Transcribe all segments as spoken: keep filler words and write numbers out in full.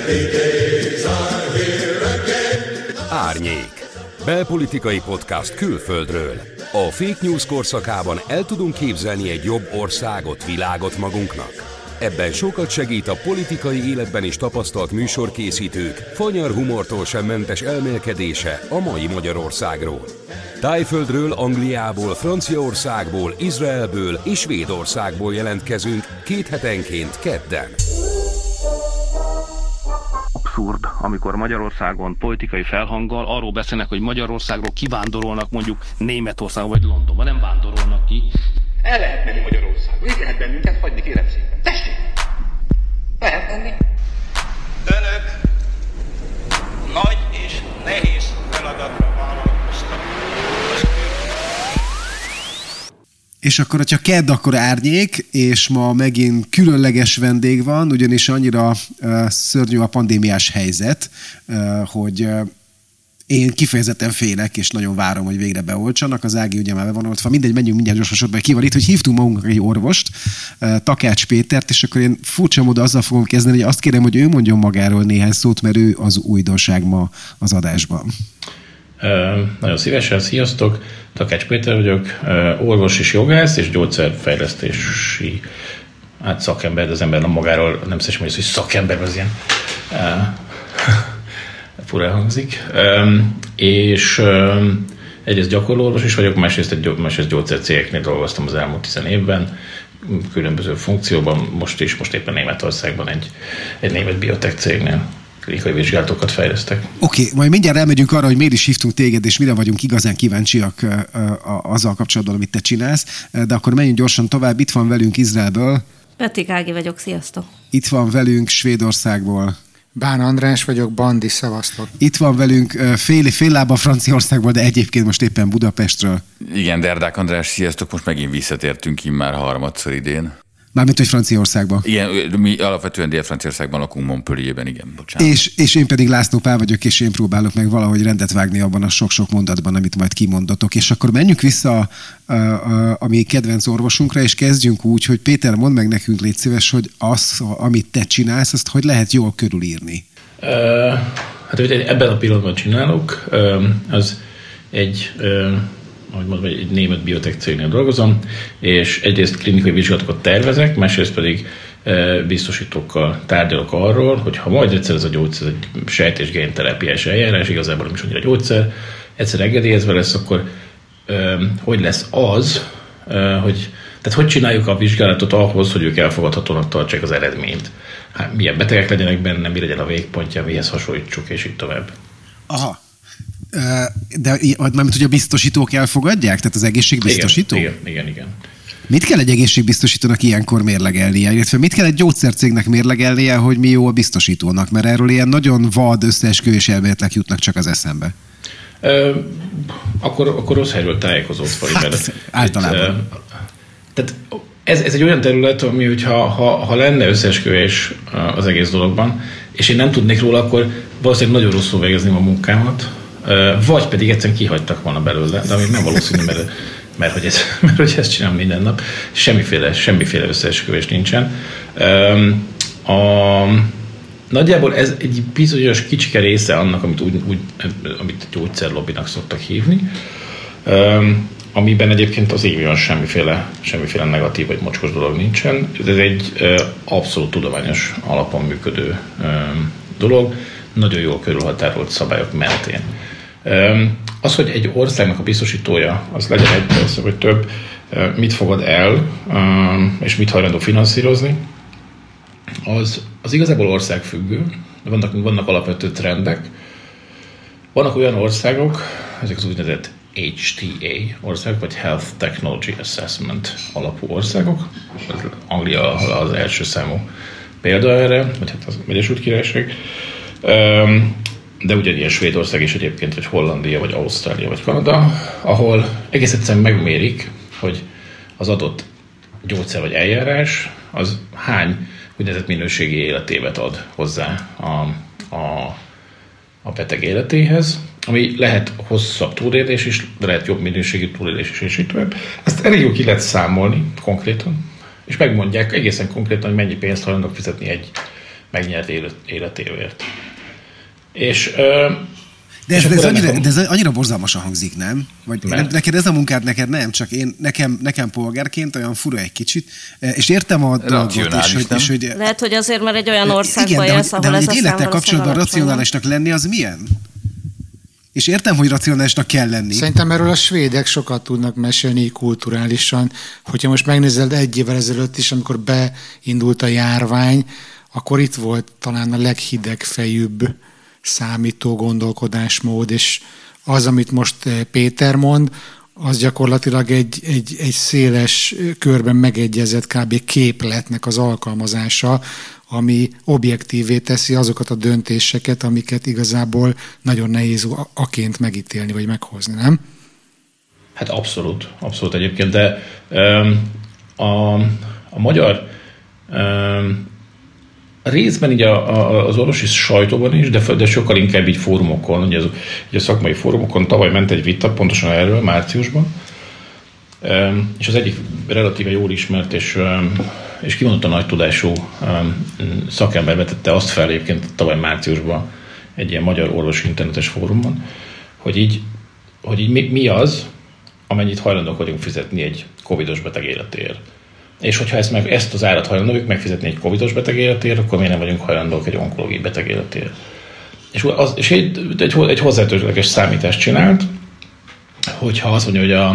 Árnyék. Belpolitikai podcast külföldről. A fake news korszakában el tudunk képzelni egy jobb országot, világot magunknak. Ebben sokat segít a politikai életben is tapasztalt műsorkészítők fanyar humortól sem mentes elmélkedése a mai Magyarországról. Tájföldről, Angliából, Franciaországból, Izraelből és Svédországból jelentkezünk két hetenként kedden. Abszurd, amikor Magyarországon politikai felhanggal arról beszélnek, hogy Magyarországról kivándorolnak mondjuk Németországba vagy Londonba, nem vándorolnak ki. El lehet menni Magyarországon, így lehet bennünket hagyni, kérem szépen. Tessék! Lehet menni. Önök nagy és nehéz feladatra vállalkoztak. És akkor, hogyha kedd, akkor árnyék, és ma megint különleges vendég van, ugyanis annyira uh, szörnyű a pandémiás helyzet, uh, hogy uh, én kifejezetten félek, és nagyon várom, hogy végre beoltsanak. Az Ági ugye már be van oltva. Mindegy, menjünk mindjárt gyorsan sorba, ki van itt, hogy hívtunk magunknak egy orvost, uh, Takács Pétert, és akkor én furcsa módon azzal fogom kezdeni, hogy azt kérem, hogy ő mondjon magáról néhány szót, mert ő az újdonság ma az adásban. Uh, nagyon szívesen, sziasztok! Takács Péter vagyok, uh, orvos és jogász, és gyógyszerfejlesztési hát szakember, de az ember nem magáról nem szeszem, hogy szakember, az ilyen uh, fura hangzik. Um, és um, egyrészt gyakorló orvos is vagyok, másrészt, egy, másrészt gyógyszercégeknél dolgoztam az elmúlt tizen évben, különböző funkcióban, most is, most éppen Németországban egy, egy német biotech cégnél klinikai vizsgálatokat fejlesztek. Oké, okay, majd mindjárt elmegyünk arra, hogy miért is hívtunk téged, és mire vagyunk igazán kíváncsiak azzal kapcsolatban, amit te csinálsz, de akkor menjünk gyorsan tovább. Itt van velünk Izraelből. Petik Ági vagyok, sziasztok! Itt van velünk Svédországból. Bán András vagyok, Bandi, szevasztok! Itt van velünk fél, fél lába Franciaországból, de egyébként most éppen Budapestről. Igen, Derdák András, sziasztok! Most megint visszatértünk immár harmadszor idén. Mármint, hogy Franciaországban. Igen, mi alapvetően Dél-Franciaországban lakunk, Montpellierben, igen, bocsánat. És, és én pedig László Pál vagyok, és én próbálok meg valahogy rendet vágni abban a sok-sok mondatban, amit majd kimondatok. És akkor menjünk vissza a, a, a mi kedvenc orvosunkra, és kezdjünk úgy, hogy Péter, mondd meg nekünk, légy szíves, hogy az, amit te csinálsz, azt hogy lehet jól körülírni? Uh, hát, amit ebben a pillanatban csinálok, uh, az egy... Uh, ahogy mondom, egy német biotech cégnél dolgozom, és egyrészt klinikai vizsgálatokat tervezek, másrészt pedig e, biztosítókkal tárgyalok arról, hogy ha majd egyszer ez a gyógyszer egy sejtés génterápiás eljárás, igazából nem is annyira gyógyszer, egyszer engedélyezve lesz, akkor e, hogy lesz az, e, hogy, tehát hogy csináljuk a vizsgálatot ahhoz, hogy ők elfogadhatónak tartsák az eredményt. Hát, milyen betegek legyenek benne, mi legyen a végpontja, mihez hasonlítsuk, és így tovább. Aha. De mármint, hogy a biztosítók elfogadják? Tehát az egészségbiztosító? Igen, igen, igen, igen. Mit kell egy egészségbiztosítónak ilyenkor mérlegelnie? Illetve mit kell egy gyógyszercégnek mérlegelnie, hogy mi jó a biztosítónak? Mert erről ilyen nagyon vad összeesküvés elméletek jutnak csak az eszembe. Ö, akkor, akkor rossz helyről tájékozódva. Hát, általában. Tehát ez, ez egy olyan terület, ami, hogyha ha, ha lenne összeesküvés az egész dologban, és én nem tudnék róla, akkor valószínűleg nagyon rosszul végezném a munkámat, vagy pedig egyszerűen kihagytak volna belőle, de még nem valószínű, mert, mert, hogy, ez, mert hogy ezt csinálom minden nap. Semmiféle, semmiféle összeesküvés nincsen. A, nagyjából ez egy bizonyos kicsike része annak, amit, úgy, úgy, amit gyógyszerlobbinak szoktak hívni, amiben egyébként az így van semmiféle, semmiféle negatív vagy mocskos dolog nincsen. Ez egy abszolút tudományos alapon működő dolog, nagyon jól körülhatárolt szabályok mentén. Az, hogy egy országnak a biztosítója, az legyen egy persze, vagy több, mit fogad el, és mit hajlandó finanszírozni, az, az igazából országfüggő, vannak, vannak alapvető trendek. Vannak olyan országok, ezek az úgynevezett há té á országok, vagy Health Technology Assessment alapú országok. Anglia az első számú példa erre, vagy hát az Egyesült Királyság. De ugyanilyen Svédország is egyébként, vagy Hollandia, vagy Ausztrália, vagy Kanada, ahol egész egyszerűen megmérik, hogy az adott gyógyszer vagy eljárás az hány úgynevezett minőségi életévet ad hozzá a, a, a beteg életéhez, ami lehet hosszabb túlélés is, de lehet jobb minőségű túlélés is, és így tovább. Ezt elég jó ki lehet számolni konkrétan, és megmondják egészen konkrétan, hogy mennyi pénzt hajlandók fizetni egy megnyert élet, életéért. És... Ö, De ez, de, ez annyira, a... de ez annyira borzalmasan hangzik, nem? Vagy nem, neked ez a munkád, neked nem, csak én, nekem, nekem polgárként olyan fura egy kicsit, és értem a dolgot, és hogy, és hogy... Lehet, hogy azért, mert egy olyan országban igen, élsz, ahol de, ez de, a egy élettel kapcsolatban racionálisnak lenni, az milyen? És értem, hogy racionálisnak kell lenni. Szerintem erről a svédek sokat tudnak mesélni kulturálisan. Hogyha most megnézed egy évvel ezelőtt is, amikor beindult a járvány, akkor itt volt talán a leghidegfejűbb számító gondolkodásmód, és az, amit most Péter mond, az gyakorlatilag egy, egy, egy széles körben megegyezett kb. Képletnek az alkalmazása, ami objektívé teszi azokat a döntéseket, amiket igazából nagyon nehéz aként megítélni, vagy meghozni, nem? Hát abszolút, abszolút egyébként, de um, a, a magyar um, részben így a, a, az orvosi sajtóban is, de, de sokkal inkább így fórumokon, ugye, az, ugye a szakmai fórumokon tavaly ment egy vita pontosan erről, márciusban, um, és az egyik relatíve jól ismert és, um, és kimondottan nagy tudású um, szakember vetette azt fel egyébként tavaly márciusban egy ilyen magyar orvosi internetes fórumon, hogy így, hogy így mi, mi az, amennyit hajlandók vagyunk fizetni egy covidos beteg életéért. És hogyha ezt, meg, ezt az árat hajlandók megfizetni egy covidos beteg életéért, akkor miért nem vagyunk hajlandók egy onkológiai beteg életéért. És, az, és egy, egy, egy hozzátörzsleges számítást csinált, hogyha azt mondja, hogy a,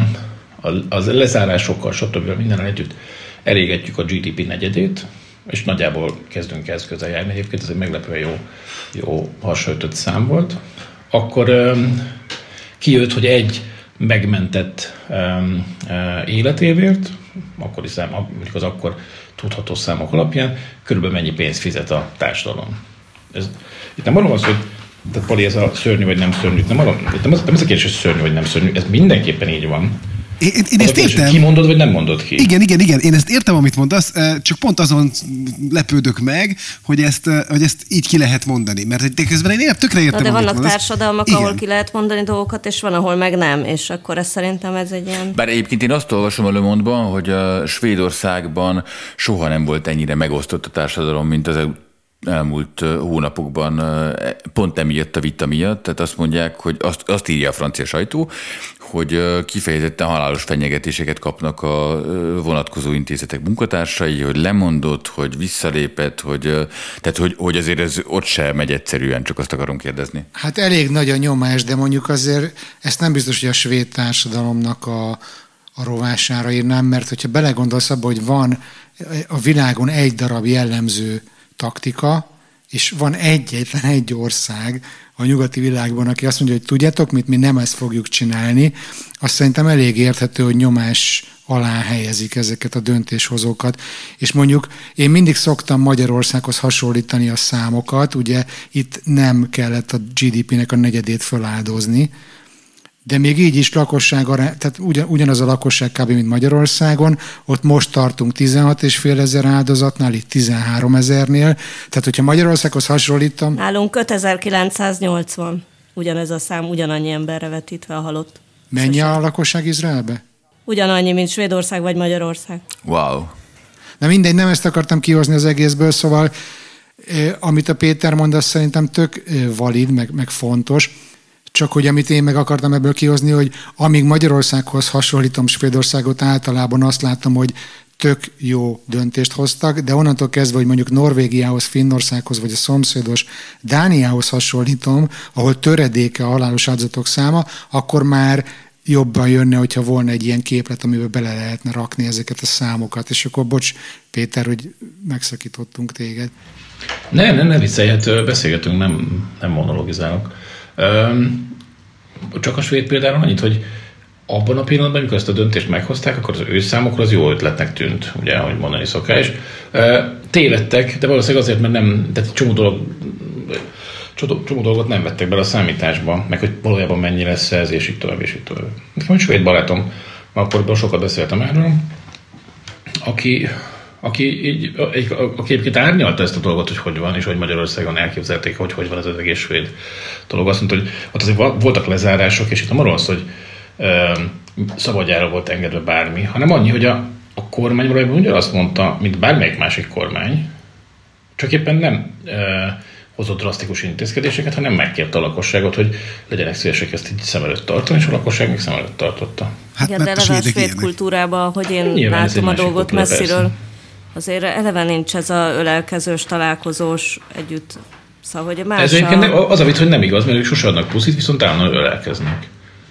a, az lezárásokkal, stb. Mindennel együtt elégetjük a gé dé pé negyedét, és nagyjából kezdünk ezt közel járni. Egyébként ez egy meglepően jó, jó hasonlított szám volt. Akkor um, kijött, hogy egy megmentett um, uh, életévért, akkori szám, mondjuk az akkor tudható számok alapján, körülbelül mennyi pénzt fizet a társadalom. Ez, itt nem arról van szó, hogy tehát Pali, ez a szörnyű vagy nem szörnyű, nem, arról, nem, az, nem az a kérdés, hogy szörnyű vagy nem szörnyű, ez mindenképpen így van. Én, én ezt kérdés, értem. Ki mondod, vagy nem mondod ki? Igen, igen, igen. Én ezt értem, amit mondasz, csak pont azon lepődök meg, hogy ezt, hogy ezt így ki lehet mondani. Mert közben én ér, tökre értem, de amit vannak mondasz. társadalmak, igen, ahol ki lehet mondani dolgokat, és van, ahol meg nem. És akkor ez szerintem ez egy ilyen... Bár egyébként én azt olvasom a Le Monde-ban, hogy a Svédországban soha nem volt ennyire megosztott a társadalom, mint az elmúlt hónapokban, pont emiatt a vita miatt. Tehát azt mondják, hogy azt, azt írja a francia sajtó, hogy kifejezetten halálos fenyegetéseket kapnak a vonatkozó intézetek munkatársai, hogy lemondott, hogy visszalépett, hogy, tehát hogy, hogy azért ez ott sem megy egyszerűen, csak azt akarom kérdezni. Hát elég nagy a nyomás, de mondjuk azért ezt nem biztos, hogy a svéd társadalomnak a, a rovására írnám, mert hogyha belegondolsz abba, hogy van a világon egy darab jellemző taktika, és van egyetlen egy ország a nyugati világban, aki azt mondja, hogy tudjátok mit, mi nem ezt fogjuk csinálni, azt szerintem elég érthető, hogy nyomás alá helyezik ezeket a döntéshozókat. És mondjuk én mindig szoktam Magyarországhoz hasonlítani a számokat, ugye itt nem kellett a gé dé pének a negyedét föláldozni, de még így is lakosság, tehát ugyan, ugyanaz a lakosság kb. Mint Magyarországon, ott most tartunk tizenhat és fél ezer áldozatnál, itt tizenhárom ezernél. Tehát, hogyha Magyarországhoz hasonlítom... Nálunk ötezer-kilencszáznyolcvan ugyanez a szám, ugyanannyi emberre vetítve a halott. Mennyi a lakosság Izraelbe? Ugyanannyi, mint Svédország vagy Magyarország. Wow. Na mindegy, nem ezt akartam kihozni az egészből, szóval amit a Péter mond, az szerintem tök valid, meg, meg fontos. Csak hogy amit én meg akartam ebből kihozni, hogy amíg Magyarországhoz hasonlítom Svédországot, általában azt látom, hogy tök jó döntést hoztak, de onnantól kezdve, hogy mondjuk Norvégiához, Finnországhoz, vagy a szomszédos Dániához hasonlítom, ahol töredéke a halálos áldozatok száma, akkor már jobban jönne, hogyha volna egy ilyen képlet, amiben bele lehetne rakni ezeket a számokat. És akkor bocs, Péter, hogy megszakítottunk téged. Ne, ne, ne viccelj, hát beszélgetünk, nem, nem monologizálok. Csak a svéd például annyit, hogy abban a pillanatban, amikor ezt a döntést meghozták, akkor az ő számokra az jó ötletnek tűnt, ugye, ahogy mondani szokás. Tévedtek, de valószínűleg azért, mert nem, tehát csomó dolog, csomó, csomó dolgot nem vettek bele a számításba, meg hogy valójában mennyi lesz ez, és így tovább, és így tovább. Nekem egy svéd barátom, akkoriban sokat beszéltem erről, aki, aki, így, aki egyébként árnyalta ezt a dolgot, hogy hogy van, és hogy Magyarországon elképzelték, hogy hogy van ez az egész svéd dolog. Azt mondta, hogy ott azért voltak lezárások, és itt nem arról az, hogy szabadjára volt engedve bármi, hanem annyi, hogy a, a kormány valójában ugyanazt mondta, mint bármelyik másik kormány, Csak éppen nem e, hozott drasztikus intézkedéseket, hanem megkérte a lakosságot, hogy legyenek szívesek ezt így szem előtt tartani, és a lakosság még szem előtt tartotta. Hát igen, de eleve a svéd kultúrában, hogy én nyilván látom a dolgot kultúra, messziről, persze. azért eleve nincs ez a ölelkezős, találkozós együtt. Szóval, hogy más ez a... az a vicc, hogy nem igaz, mert ők sose adnak puszit, viszont állandóan ölelkeznek.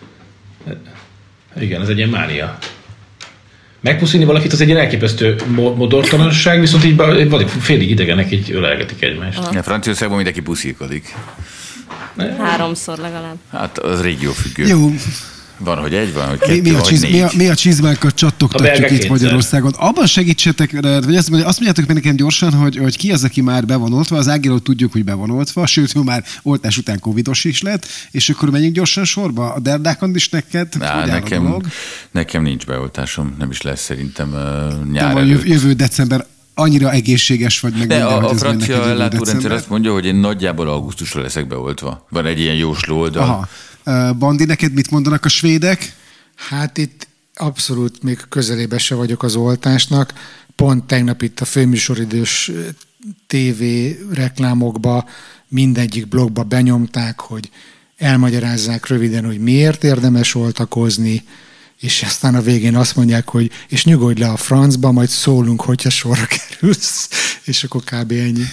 Igen, ez egy ilyen mánia. Megpuszilni valakit az egy ilyen elképesztő modortalanság, viszont így vagy félig idegenek így ölelgetik egymást. A Franciaországban mindenki puszilkodik. Háromszor legalább. Hát az régiófüggő. Jó. Van, hogy egy, van, hogy kettő, mi, mi, a, vagy csiz, négy. mi, a, mi a csizmákat csattogtatjuk itt Magyarországon. Abban segítsetek, vagy azt, azt mondjátok meg nekem gyorsan, hogy, hogy ki az, aki már be van oltva. Az Ágiról tudjuk, hogy be van oltva, sőt, ő már oltás után covidos is lett, és akkor menjünk gyorsan sorba. A Derdákon is neked? Á, nekem, nekem nincs beoltásom, nem is lesz szerintem uh, nyár előtt. Jövő, jövő december annyira egészséges vagy meg. De minden, a, hogy a francia ellátórendszer december. azt mondja, hogy én nagyjából augusztusra leszek beoltva. Van egy ilyen jósló oldal. Aha. Bandi, neked mit mondanak a svédek? Hát itt abszolút még közelébe se vagyok az oltásnak. Pont tegnap itt a főműsoridős tévé reklámokba mindegyik blogba benyomták, hogy elmagyarázzák röviden, hogy miért érdemes oltakozni, és aztán a végén azt mondják, hogy és nyugodj le a francba, majd szólunk, hogyha sorra kerülsz, és akkor kb. Ennyi.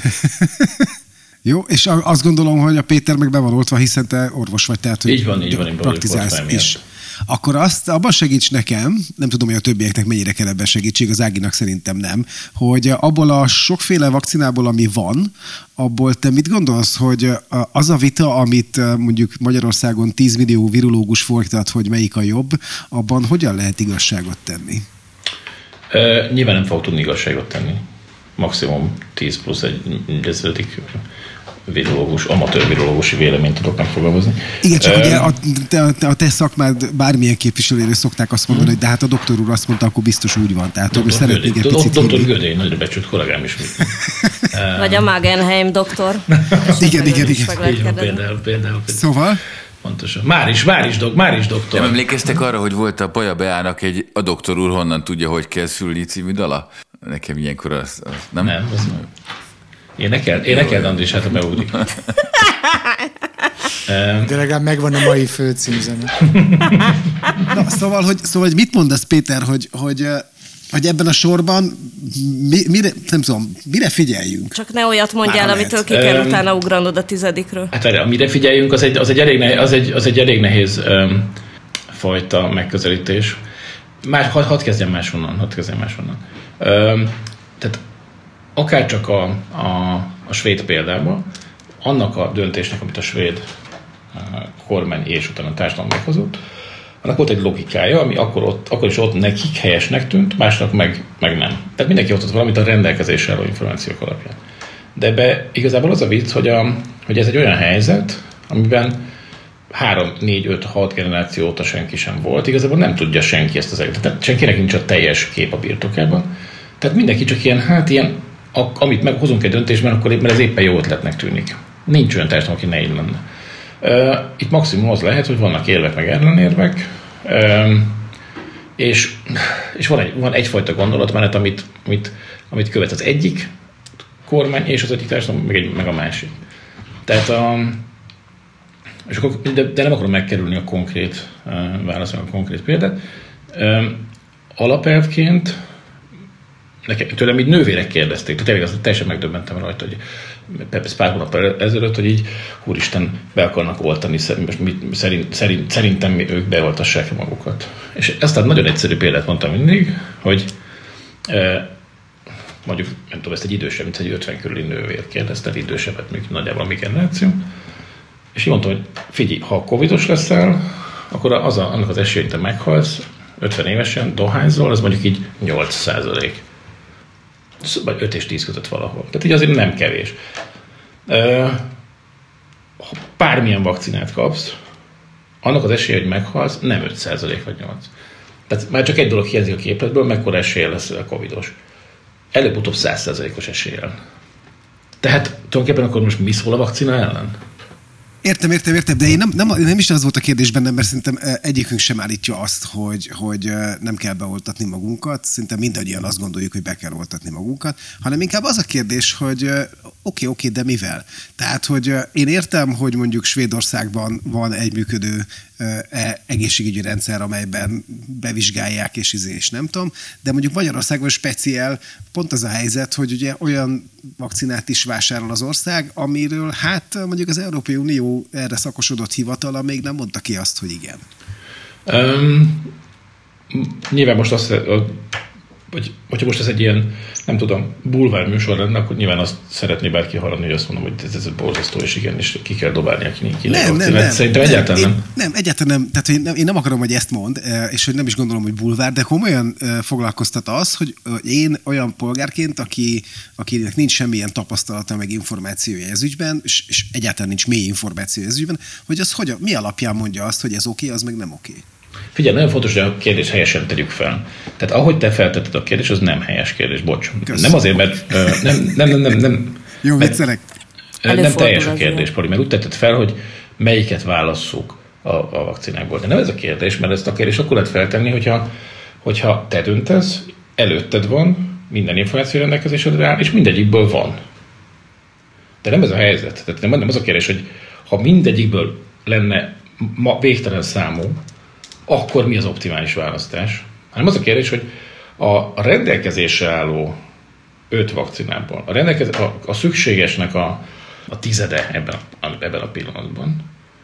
Jó, és azt gondolom, hogy a Péter meg be van oltva, hiszen te orvos vagy, tehát így van, így van, praktizálsz is. Akkor azt abban segíts nekem, nem tudom, hogy a többieknek mennyire kell ebben segítség, az Áginak szerintem nem, hogy abból a sokféle vakcinából, ami van, abból te mit gondolsz, hogy az a vita, amit mondjuk Magyarországon tíz millió virológus folytat, hogy melyik a jobb, abban hogyan lehet igazságot tenni? Uh, nyilván nem fog tudni igazságot tenni. Maximum tíz plusz egy ezredik virológus, amatőr virológusi véleményt tudok megfogalmazni. Igen, csak um, ugye a te, a te szakmád bármilyen képviselőről szokták azt mondani, hogy de hát a doktor úr azt mondta, akkor biztos úgy van. Tehát ő szeretnék egy picit doktor Gödény, nagyra becsült kollégám is. Vagy a Magenheim doktor. igen, igen, igen. Például, például, például. Szóval? Pontosan. Már is, már is, dok, már is doktor. Nem emlékeztek arra, hogy volt a Paja Beának egy A doktor úr honnan tudja, hogy kell szülni című dala? Nekem ilyenkor az, az nem? Nem, az nem. Énekel, énekel Andris, hát a beúdik. De legalább megvan a mai főcímzene. Na, szóval, hogy, szóval, hogy mit mondasz, Péter, hogy, hogy, hogy ebben a sorban mi, mire, nem tudom, mire figyeljünk? Csak ne olyat mondjál, Már amitől ki kell um, utána ugranod a tizedikről. Hát erre, amire figyeljünk, az egy, az egy, elég, nehéz, az egy, az egy elég nehéz um, fajta megközelítés. Más, hadd had kezdjem máshonnan. Hadd kezdjem máshonnan. Um, tehát akár csak a, a, a svéd példában, annak a döntésnek, amit a svéd kormány és utána a társadalom meghozott, annak volt egy logikája, ami akkor, ott, akkor is ott nekik helyesnek tűnt, másnak meg, meg nem. Tehát mindenki ott valamit a rendelkezésre álló információk alapján. De ebbe igazából az a vicc, hogy, a, hogy ez egy olyan helyzet, amiben három, négy, öt, hat generáció óta senki sem volt. Igazából nem tudja senki ezt az egészet. Tehát senkinek nincs a teljes kép a birtokában. Tehát mindenki csak ilyen, hát ilyen, amit meghozunk egy döntésben, akkor mert ez éppen jó ötletnek tűnik. Nincs olyan társadalom, aki ne így lenne. Itt maximum az lehet, hogy vannak érvek meg ellenérvek, és, és van, egy, van egyfajta gondolatmenet, amit, amit, amit követ az egyik kormány és az egyik társadalom, meg, egy, meg a másik. Tehát a, és akkor, de, de nem akarom megkerülni a konkrét választ, a konkrét példát. Alapelvként nekem, tőlem így nővérek kérdezték, tehát tényleg azt teljesen megdöbbentem rajta, hogy pár hónap ezelőtt, hogy így úristen, be akarnak oltani, szerint, szerint, szerintem ők beoltassák magukat. És aztán nagyon egyszerű példát mondtam mindig, hogy eh, mondjuk, nem tudom, ezt egy idősebb, mint egy ötven körüli nővér kérdezte, idősebbet, még nagyjából a mi generáció. És így mondtam, hogy figyelj, ha covidos leszel, akkor az a, annak az esélye, hogy te meghalsz, ötven évesen dohányzol, az mondjuk így nyolc százalék. Vagy öt és tíz között valahol. Tehát így azért nem kevés. Ha bármilyen vakcinát kapsz, annak az esélye, hogy meghalsz, nem öt százalék vagy nyolc. Tehát már csak egy dolog hiányzik a képletből, mekkora esélye lesz a covidos. Előbb-utóbb száz százalékos eséllyel. Tehát tulajdonképpen akkor most mi szól a vakcina ellen? Értem, értem, értem, de én nem, nem, nem is az volt a kérdés bennem, mert szerintem egyikünk sem állítja azt, hogy, hogy nem kell beoltatni magunkat, szinte mindannyian azt gondoljuk, hogy be kell oltatni magunkat, hanem inkább az a kérdés, hogy oké, okay, oké, okay, de mivel? Tehát, hogy én értem, hogy mondjuk Svédországban van egy működő egészségügyi rendszer, amelyben bevizsgálják és izé, és nem tudom, de mondjuk Magyarországon speciál pont az a helyzet, hogy ugye olyan vakcinát is vásárol az ország, amiről hát mondjuk az Európai Unió erre szakosodott hivatala még nem mondta ki azt, hogy igen. Um, nyilván most azt, vagy hogyha most ez egy ilyen, nem tudom, bulvár műsor lenne, akkor nyilván azt szeretné bárki hallani, hogy azt mondom, hogy ez, ez borzasztó, és igen, és ki kell dobálni a kinek nem, nem, nem, Szerintem nem, egyáltalán nem. Én, nem, egyáltalán nem. Tehát én nem, én nem akarom, hogy ezt mond, és hogy nem is gondolom, hogy bulvár, de komolyan foglalkoztat az, hogy én olyan polgárként, aki, akinek nincs semmilyen tapasztalata, meg információja ez ügyben, és, és egyáltalán nincs mély információja ez ügyben, hogy az hogy, mi alapján mondja azt, hogy ez oké, okay, az meg nem oké. Okay. Figyelj, nagyon fontos, hogy a kérdést helyesen tegyük fel. Tehát ahogy te feltetted a kérdést, az nem helyes kérdés, bocs. Köszönöm. Nem azért, mert uh, nem, nem, nem, nem, nem. Jó, viccelek. Nem teljes a kérdés, Pali, mert úgy tetted fel, hogy melyiket válasszuk a, a vakcinákból. De nem ez a kérdés, mert ezt a kérdést akkor lehet feltenni, hogyha, hogyha te döntesz, előtted van, minden információ rendelkezésedre áll, és mindegyikből van. De nem ez a helyzet. Tehát nem, nem az a kérdés, hogy ha mindegyikből lenne ma végtelen számú, akkor mi az optimális választás? Hanem az a kérdés, hogy a rendelkezésre álló öt vakcinából, a, rendelkez, a, a szükségesnek a, a tizede ebben a, ebben a pillanatban,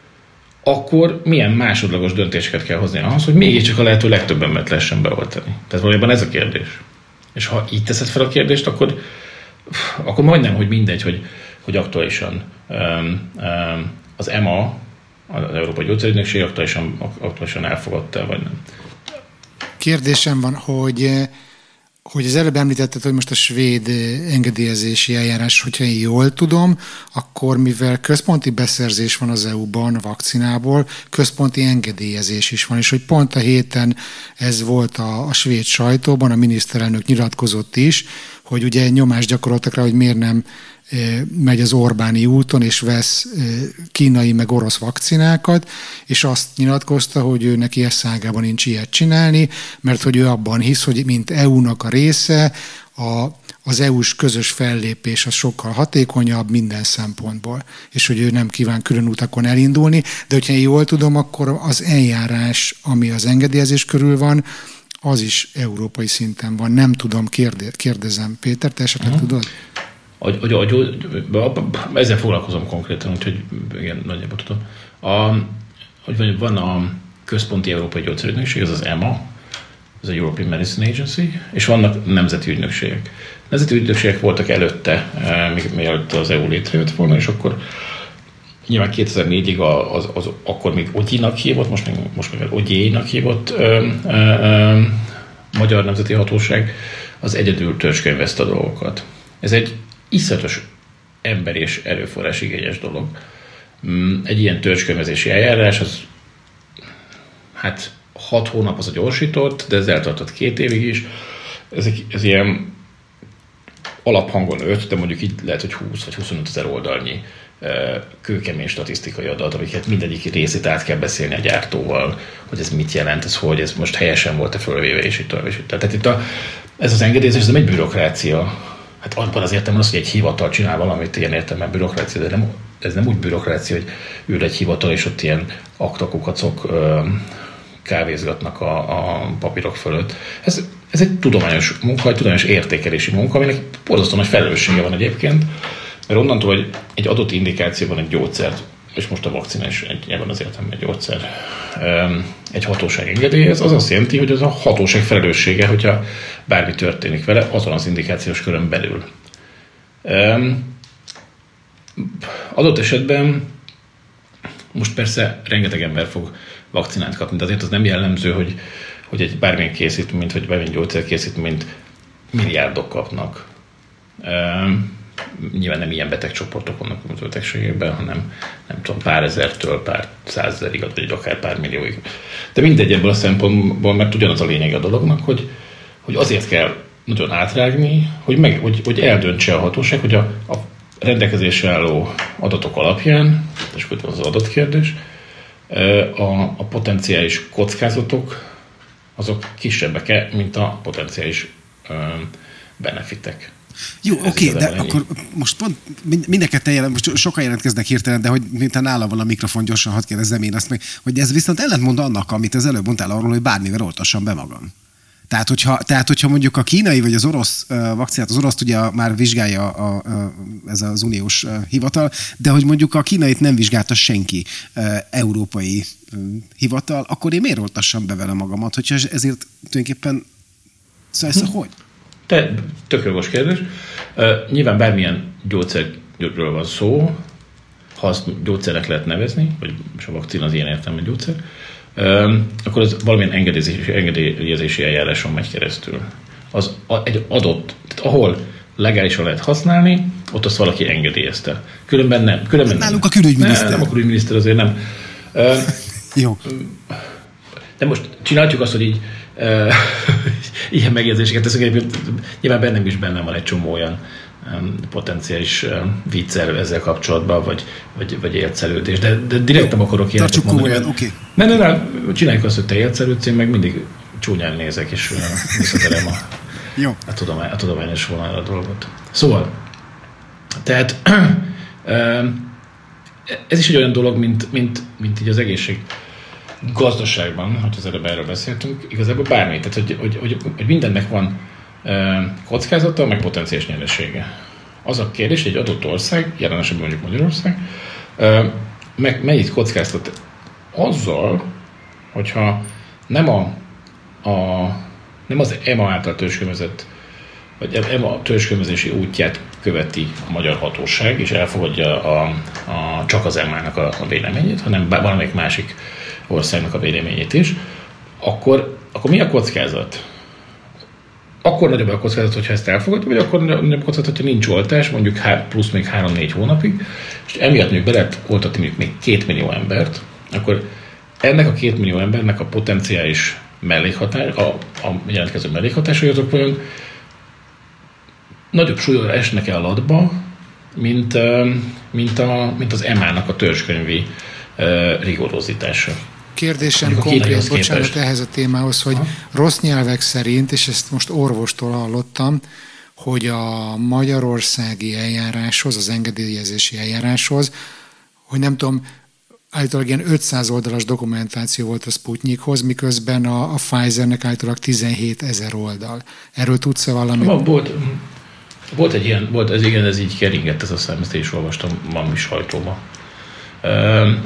akkor milyen másodlagos döntéseket kell hozni ahhoz, hogy mégiscsak a lehető legtöbb embert lehessen beoltani. Tehát valójában ez a kérdés. És ha így teszed fel a kérdést, akkor, akkor majdnem, hogy mindegy, hogy, hogy aktuálisan um, um, az é em á, az Európai Gyógyszerügynökség aktuálisan, aktuálisan elfogadta, vagy nem. Kérdésem van, hogy, hogy az előbb említetted, hogy most a svéd engedélyezési eljárás, hogyha én jól tudom, akkor mivel központi beszerzés van az é u-ban vakcinából, központi engedélyezés is van, és hogy pont a héten ez volt a, a svéd sajtóban, a miniszterelnök nyilatkozott is, hogy ugye nyomást gyakoroltak rá, hogy miért nem megy az Orbáni úton, és vesz kínai meg orosz vakcinákat, és azt nyilatkozta, hogy ő neki eszágában nincs ilyet csinálni, mert hogy ő abban hisz, hogy mint é u-nak a része, a, az é u-s közös fellépés az sokkal hatékonyabb minden szempontból, és hogy ő nem kíván külön utakon elindulni, de hogyha én jól tudom, akkor az eljárás, ami az engedélyezés körül van, az is európai szinten van. Nem tudom, kérde, kérdezem. Péter, te esetleg uh-huh. tudod? Hogy, hogy, hogy, ezzel foglalkozom konkrétan, úgyhogy igen, nagyjából tudom. A, hogy van a Központi Európai Gyógyszerügynökség, ez az é em á, ez a European Medicine Agency, és vannak nemzeti ügynökségek. Nemzeti ügynökségek voltak előtte, mielőtt az é u létrejött volna, és akkor nyilván kétezer-négyig az, az, az akkor még Ogyinak hívott, most még, most még Ogyénak hívott ö, ö, ö, Magyar Nemzeti Hatóság, az egyedül törzskönyvezte a dolgokat. Ez egy iszonyatos ember és erőforrás igényes dolog. Egy ilyen törzskönyvezési eljárás, az hát hat hónap az a gyorsított, de ez eltartott két évig is. Ez, egy, ez ilyen alaphangon öt, de mondjuk így lehet, hogy húsz vagy huszonöt ezer oldalnyi kőkemény statisztikai adat, amiket mindegyik részét át kell beszélni a gyártóval, hogy ez mit jelent, ez hogy, ez most helyesen volt-e fölvéve, és itt tovább, és itt. Tehát itt a, ez az engedélyezés, ez nem egy bürokrácia. Hát abban az értelemben az, hogy egy hivatal csinál valamit, ilyen értelemben bürokrácia, de nem, ez nem úgy bürokrácia, hogy ül egy hivatal, és ott ilyen aktakukacok kávézgatnak a, a papírok fölött. Ez, ez egy tudományos munka, egy tudományos értékelési munka, aminek borzasztó nagy felelőssége van egyébként, mert onnantól, hogy egy adott indikációban egy gyógyszert, és most a vakcina is egy, ebben az értelemben egy gyógyszer, egy hatóság engedélyez, az azt jelenti, hogy az a hatóság felelőssége, hogyha bármi történik vele, azon az indikációs körön belül. Adott esetben most persze rengeteg ember fog vakcinát kapni, de azért az nem jellemző, hogy, hogy egy bármilyen készítményt, vagy bármilyen gyógyszerkészítményt milliárdok kapnak. Nyilván nem ilyen betegcsoportok vannak a betegségekben, hanem nem tudom, pár ezertől pár százezerig, vagy akár pár millióig. De mindegy ebből a szempontból, mert ugyanaz a lényeg a dolognak, hogy, hogy azért kell nagyon átrágni, hogy, meg, hogy, hogy eldöntse a hatóság, hogy a, a rendelkezésre álló adatok alapján és akkor az adott kérdés. A, a potenciális kockázatok azok kisebbek, mint a potenciális benefitek. Jó, oké, okay, de ennyi. Akkor most pont mindeket jelent, most sokan jelentkeznek hirtelen, de hogy mintha nálam van a mikrofon, gyorsan hadd kérdezzem én azt meg, hogy ez viszont ellentmond annak, amit az előbb mondtál arról, hogy bármivel oltassam be magam. Tehát hogyha, tehát, hogyha mondjuk a kínai vagy az orosz uh, vakcinát, az oroszt ugye már vizsgálja a, a, ez az uniós uh, hivatal, de hogy mondjuk a kínait nem vizsgálta senki uh, európai uh, hivatal, akkor én miért oltassam be vele magamat, hogyha ezért tulajdonképpen szóval ez hm. hogy? Te, tök jogos kérdés. Uh, nyilván bármilyen gyógyszerről van szó, ha azt gyógyszernek lehet nevezni, vagy a vakcina az ilyen értelme gyógyszer, uh, akkor az valamilyen engedélyezési, engedélyezési eljáráson megy keresztül. Az a, egy adott, tehát ahol legálisan lehet használni, ott azt valaki engedélyezte. Különben nem. Különben nálunk nem. A külügyminiszter. Nem, nem a külügyminiszter azért nem. Uh, Jó. De most csináljuk azt, hogy így uh, ilyen megjegyzéseket teszünk, nyilván bennem is bennem van egy csomó olyan um, potenciális um, viccer ezzel kapcsolatban, vagy, vagy, vagy élcelődés, de, de direkt nem akarok ilyenet mondani. Tartsuk oké. Nem, nem, nem, csináljuk azt, hogy te élcelődsz, én meg mindig csúnyán nézek, és uh, visszaterem a, Jó. a, tudomány, a tudományos vonalra a dolgot. Szóval, tehát uh, ez is egy olyan dolog, mint, mint, mint így az egészség gazdaságban, hogy az előbb erről beszéltünk, igazából bármi, tehát hogy, hogy, hogy, hogy mindennek van e, kockázata, meg potenciális nyeresége. Az a kérdés, hogy egy adott ország, jelen esetben mondjuk Magyarország, e, meg mennyit kockáztat azzal, hogyha nem, a, a, nem az é em á által törzskőmözött, vagy é em á törzskőmözési útját követi a magyar hatóság, és elfogadja a, a, csak az é em á-nak a, a véleményét, hanem valamelyik másik országnak a véleményét is, akkor, akkor mi a kockázat? Akkor nagyobb a kockázat, hogyha ezt elfogadja, vagy akkor nagyobb a kockázat, hogyha nincs oltás, mondjuk plusz még három-négy hónapig, és emiatt még be lehet oltatni mondjuk még két millió embert, akkor ennek a két millió embernek a potenciális mellékhatás, a, a jelentkező mellékhatásai azok olyan nagyobb súlyra esnek el a latba, mint, mint, a, mint az é em á-nak a törzskönyvi uh, rigorozítása. Kérdésem konkrét, bocsánat, ehhez a témához, hogy ha? rossz nyelvek szerint, és ezt most orvostól hallottam, hogy a magyarországi eljáráshoz, az engedélyezési eljáráshoz, hogy nem tudom, állítólag ilyen ötszáz oldalas dokumentáció volt a Sputnikhoz, miközben a, a Pfizernek állítólag tizenhétezer oldal. Erről tudsz-e valamit? Van, volt, volt egy ilyen, volt, ez igen, ez így keringett, ez a szám, ezt én is olvastam, van is sajtóban. Um,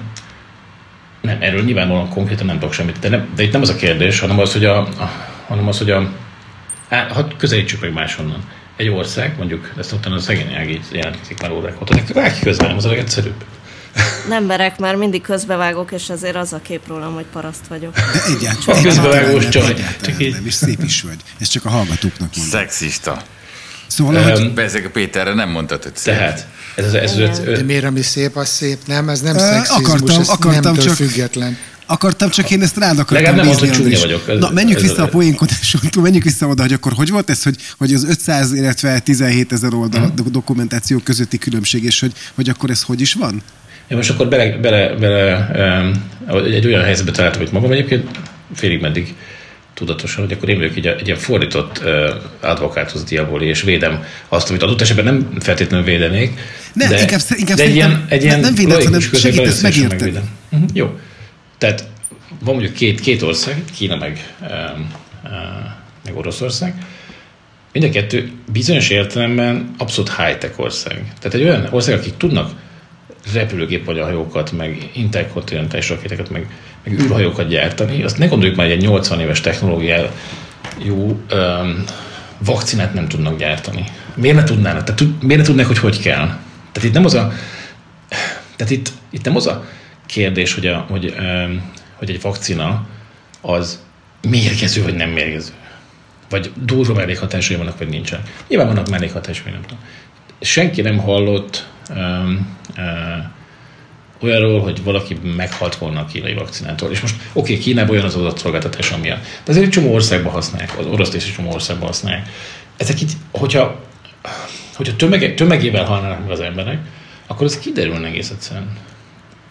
Nem, erről nyilvánvalóan konkrétan nem tudok semmit, de, nem, de itt nem az a kérdés, hanem az, hogy a, a, hanem az, hogy a á, hát közelítsük meg máshonnan. Egy ország, mondjuk, ezt utána a szegény Ági jelentkezik már órák óta, ráki közben, az a legegyszerűbb. Nem berek, már mindig közbevágok, és ezért az a kép rólam, hogy paraszt vagyok. De egyáltalán. A közbevágós csaj. Csak így. És szép is vagy. Ez csak a hallgatóknak mondom. Szexista. Szóval, hogy... Um, Bezeg a Péterre nem mondtad, hogy szép. Tehát, ez az, ez az öt... De miért, ami szép, az szép? Nem, ez nem uh, szexizmus, akartam, ez akartam nemtől csak... független. Akartam, csak én ezt rád akartam bízni. Legalább nem is. vagyok. Ez, Na, menjünk ez, vissza ez, a poénkodásontól, menjünk vissza oda, hogy akkor hogy volt ez, hogy, hogy az ötszáz, illetve tizenhétezer oldal hmm. dokumentáció közötti különbség, és hogy, hogy akkor ez hogy is van? Én most akkor bele, bele, bele um, egy olyan helyzetbe találtam, hogy magam egyébként félig meddig tudatosan, hogy akkor én vagyok egy, egy ilyen fordított uh, advokátus diaboli, és védem azt, amit adott esetben nem feltétlenül védenék. Nem, de, inkább, inkább de egy ilyen, egy ilyen nem védett, hanem segítesz megérteni. Uh-huh, jó. Tehát van mondjuk két, két ország, Kína meg, uh, uh, meg Oroszország. Mind a kettő bizonyos értelemben abszolút high-tech ország. Tehát egy olyan ország, akik tudnak repülőgép vagy a hajókat, meg interkontinentális rakétákat, meg, meg űrhajókat gyártani, azt ne gondoljuk már, hogy egy nyolcvan éves technológiával jó um, vakcinát nem tudnak gyártani. Miért ne tudnának? Tehát, miért ne tudnák, hogy hogy kell? Tehát itt nem az a, tehát itt, itt nem az a kérdés, hogy, a, hogy, um, hogy egy vakcina az mérgező vagy nem mérgező. Vagy durva mellékhatásai vannak, vagy nincsen. Nyilván vannak mellékhatásai, nem tudom. Senki nem hallott um, uh, olyanról, hogy valaki meghalt volna a kínai vakcinától. És most oké, okay, Kínában olyan az adatszolgáltatás, amilyen. De azért egy csomó országban használják, az orosz és egy csomó országban használják. Ezek így, hogyha, hogyha tömege, tömegével halnának meg az emberek, akkor ez kiderülne egész egyszerűen.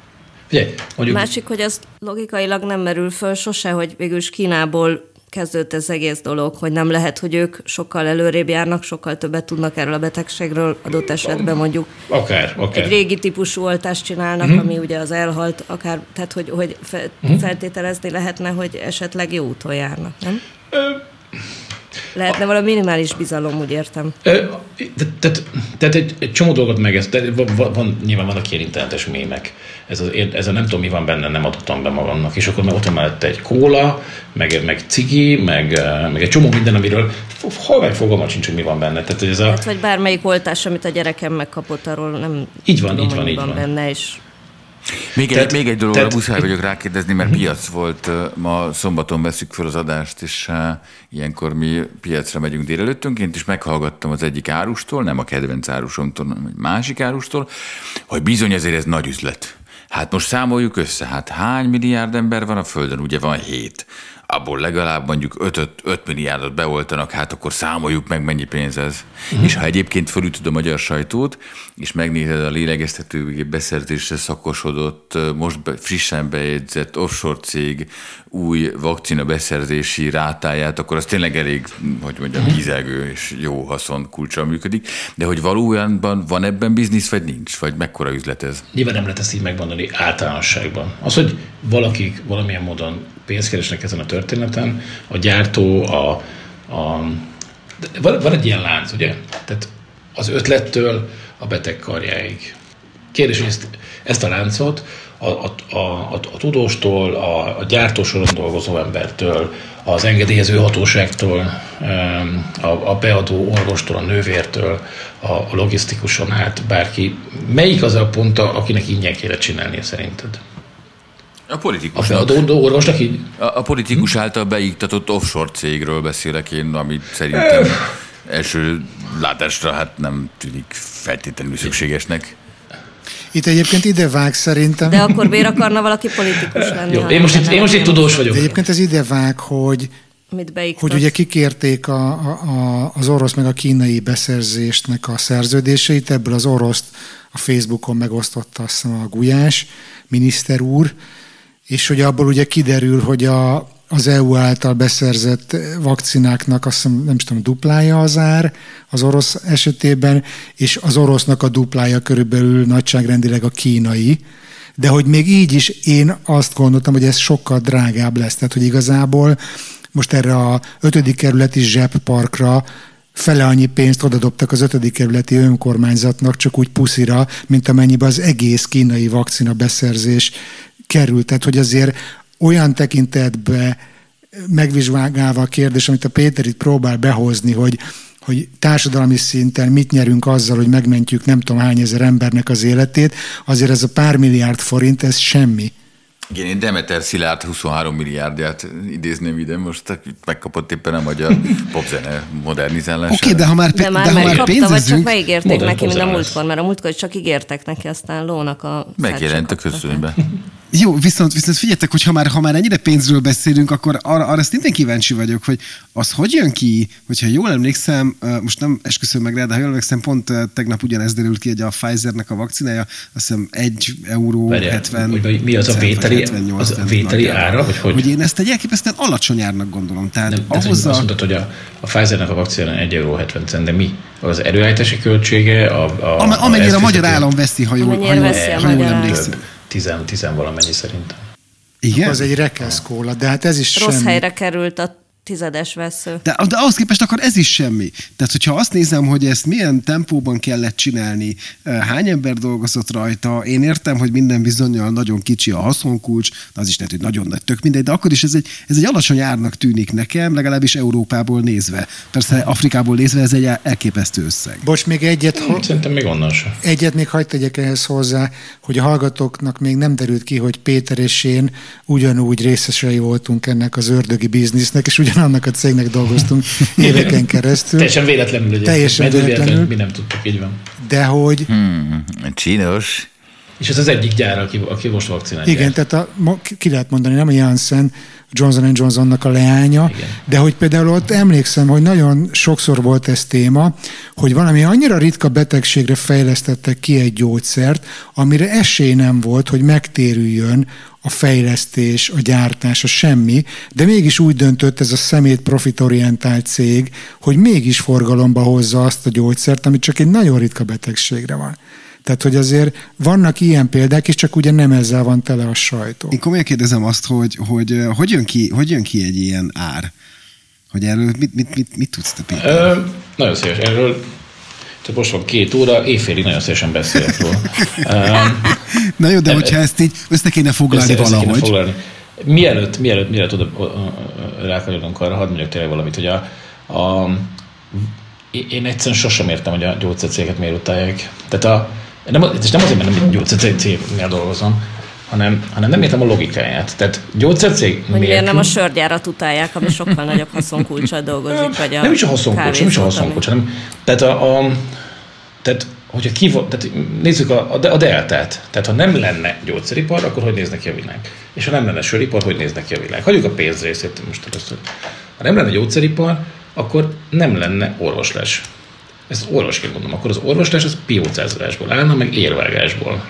Figyelj, mondjuk... Másik, hogy az logikailag nem merül föl sose, hogy végülis Kínából kezdődött ez egész dolog, hogy nem lehet, hogy ők sokkal előrébb járnak, sokkal többet tudnak erről a betegségről, adott esetben mondjuk akár, akár. egy régi típusú oltást csinálnak, mm-hmm. ami ugye az elhalt, akár, tehát hogy, hogy fe, mm-hmm. feltételezni lehetne, hogy esetleg jó úton járnak, nem? Ö... Lehetne valami minimális bizalom, úgy értem. Tehát te, te, egy, egy csomó dolgot meg, ez, van, van, nyilván vannak ilyen internetes mémek. Ez, az, ez a nem tudom, mi van benne, nem adottam be magamnak. És akkor meg ott van mellette egy kóla, meg, meg cigi, meg, meg egy csomó minden, amiről hol meg fogalmat sincs, hogy mi van benne. Tehát, ez a... hát, vagy bármelyik oltás, amit a gyerekem megkapott, arról nem így van, tudom, így van, így van, van benne, és... Még, tehát, egy, még egy dologra tehát, muszáj vagyok rákérdezni, mert uh-huh. piac volt, ma szombaton veszük fel az adást, és uh, ilyenkor mi piacra megyünk délelőttönként, és meghallgattam az egyik árustól, nem a kedvenc árusomtól, hanem egy másik árustól, hogy bizony ezért ez nagy üzlet. Hát most számoljuk össze, hát hány milliárd ember van a Földön? Ugye van hét. Abból legalább mondjuk öt milliárdot beoltanak, hát akkor számoljuk meg, mennyi pénz ez. Uh-huh. És ha egyébként fölütöd a magyar sajtót, és megnézed a lélegeztető beszerzésre szakosodott, most be, frissen bejegyzett offshore cég új vakcina beszerzési rátáját, akkor az tényleg elég, hogy mondjam, uh-huh. ízelgő és jó haszon kulccsal működik. De hogy valójában van ebben biznisz, vagy nincs? Vagy mekkora üzlet ez? Nyilván nem lehet ezt így megmondani általánosságban. Az, hogy valakik valamilyen módon pénzt keresnek ezen a történeten, a gyártó, a, a van, van egy ilyen lánc, ugye? Tehát az ötlettől a beteg karjáig. Kérdés, hogy ezt, ezt a láncot a, a, a, a, a tudóstól, a, a gyártósoron dolgozó embertől, az engedélyező hatóságtól, a, a beadó orvostól, a nővértől, a, a logisztikuson át bárki. Melyik az a pont, akinek ingyen kéne csinálnia szerinted? A politikus. A beadó orvosnak így? A, a politikus által beiktatott offshore cégről beszélek én, amit szerintem első látásra hát nem tűnik feltétlenül szükségesnek. Itt egyébként idevág szerintem. De akkor miért akarna valaki politikus lenni? Jó, én most itt, én most itt tudós vagyok. De egyébként ez idevág, hogy, hogy ugye kikérték a, a, az orosz meg a kínai beszerzésnek a szerződéseit, ebből az oroszt a Facebookon megosztotta azt hiszem a Gulyás miniszter úr, és hogy abból ugye kiderül, hogy a, az é u által beszerzett vakcináknak azt hiszem, nem is tudom, duplája az ár az orosz esetében, és az orosznak a duplája körülbelül nagyságrendileg a kínai, de hogy még így is én azt gondoltam, hogy ez sokkal drágább lesz, tehát hogy igazából most erre a ötödik kerületi zsebparkra fele annyi pénzt odadobtak az ötödik kerületi önkormányzatnak, csak úgy puszira, mint amennyiben az egész kínai vakcina beszerzés került. Tehát, hogy azért olyan tekintetbe megvizsgálva a kérdés, amit a Péter itt próbál behozni, hogy, hogy társadalmi szinten mit nyerünk azzal, hogy megmentjük nem tudom hány ezer embernek az életét, azért ez a pár milliárd forint, ez semmi. Igen, én Demeter Szilárd huszonhárom milliárdját idézném ide, most megkapott éppen a magyar popzene modernizálására. Oké, okay, de ha már, de már, de ha már kapta, pénzezünk... vagy csak megígérték neki, mint a múltkor, mert a múltkor csak ígértek neki, aztán lónak a... Megjelent a közönybe. Jó, viszont, viszont figyeljetek, hogy ha már, ha már ennyire pénzről beszélünk, akkor arra, arra szintén kíváncsi vagyok, hogy az hogy jön ki, hogyha jól emlékszem, most nem esküszöm meg rá, de ha jól emlékszem, pont tegnap ugyanez derült ki, hogy a Pfizernek a vakcinája, azt hiszem egy euró hetven. Hogy mi az a vételi, az a vételi ára? Hogy, hogy? hogy én ezt egy elképesztően alacsony árnak gondolom. Tehát nem, ahhoz azt mondtad, hogy a, a Pfizernek a vakcinája egy euró hetven cent, de mi? Az erőállítási költsége? A, a, a, amennyire a, a magyar állam veszi, ha jól, ha jól, ha jól emlékszem. Tizen, tizen valamennyi szerintem. Igen? Az egy rekeszkóla, de hát ez is Rossz semmi. helyre került a tizedes vesző. De, de ahhoz képest akkor ez is semmi. Tehát, hogyha azt nézem, hogy ezt milyen tempóban kellett csinálni, hány ember dolgozott rajta, én értem, hogy minden bizonnyal nagyon kicsi a haszonkulcs, az is lehet, hogy nagyon nagy, tök mindegy, de akkor is ez egy, ez egy alacsony árnak tűnik nekem, legalábbis Európából nézve. Persze Afrikából nézve ez egy elképesztő összeg. Bocs, még egyet... Hmm, szerintem még onnan sem. Egyet még hagyd tegyek ehhez hozzá, hogy a hallgatóknak még nem derült ki, hogy Péter és én ugyanúgy részesei voltunk ennek az ördögi biznisznek, és ugyan annak a cégnek dolgoztunk éveken keresztül. Teljesen véletlenül. Ugye. Teljesen véletlenül. Mi nem tudtuk, így van. De hogy... Hmm, csinos. És ez az egyik gyár, aki, aki most vakcinát Igen, gyárt. tehát a, ki lehet mondani, nem a Janssen, Johnson and Johnsonnak a leánya, igen. De hogy például ott emlékszem, hogy nagyon sokszor volt ez téma, hogy valami annyira ritka betegségre fejlesztettek ki egy gyógyszert, amire esély nem volt, hogy megtérüljön a fejlesztés, a gyártás, a semmi, de mégis úgy döntött ez a szemét profitorientált cég, hogy mégis forgalomba hozza azt a gyógyszert, ami csak egy nagyon ritka betegségre van. Tehát, hogy azért vannak ilyen példák, és csak ugye nem ezzel van tele a sajtó. Én komolyan kérdezem azt, hogy hogy, hogy, jön, ki, hogy jön ki egy ilyen ár? Hogy erről mit, mit, mit, mit tudsz te, Péter? Ö, nagyon szíves. Erről tehát most van két óra, éjfélig nagyon szívesen beszélek róla. Na jó, de hogyha ezt így össze kéne foglalni össze, valahogy. Össze kéne foglalni. Mielőtt, mielőtt, mielőtt oda rákanyarodunk arra, hadd mondjak tényleg valamit, hogy a, a, én egyszerűen sosem értem, hogy a gyógyszercégeket miért utálják. Tehát a Nem, és nem azért, mert nem gyógyszercégnél dolgozom, hanem, hanem nem értem a logikáját. Tehát gyógyszercég nélkül... Miért nem a sörgyárat utálják, ami sokkal nagyobb haszonkulccsal dolgozik, vagy a Nem is a haszonkulcs, nem is a haszonkulcs, hanem... Tehát, a, a, tehát hogyha ki, tehát nézzük a, a deltát. Tehát ha nem lenne gyógyszeripar, akkor hogy néznek ki a világ? És ha nem lenne söripar, hogy néznek ki a világ? Hagyjuk a pénzrészét most először. Ha nem lenne gyógyszeripar, akkor nem lenne orvoslás. Ezt orvosként mondom, akkor az orvoslás az piócázásból állna, meg érvágásból.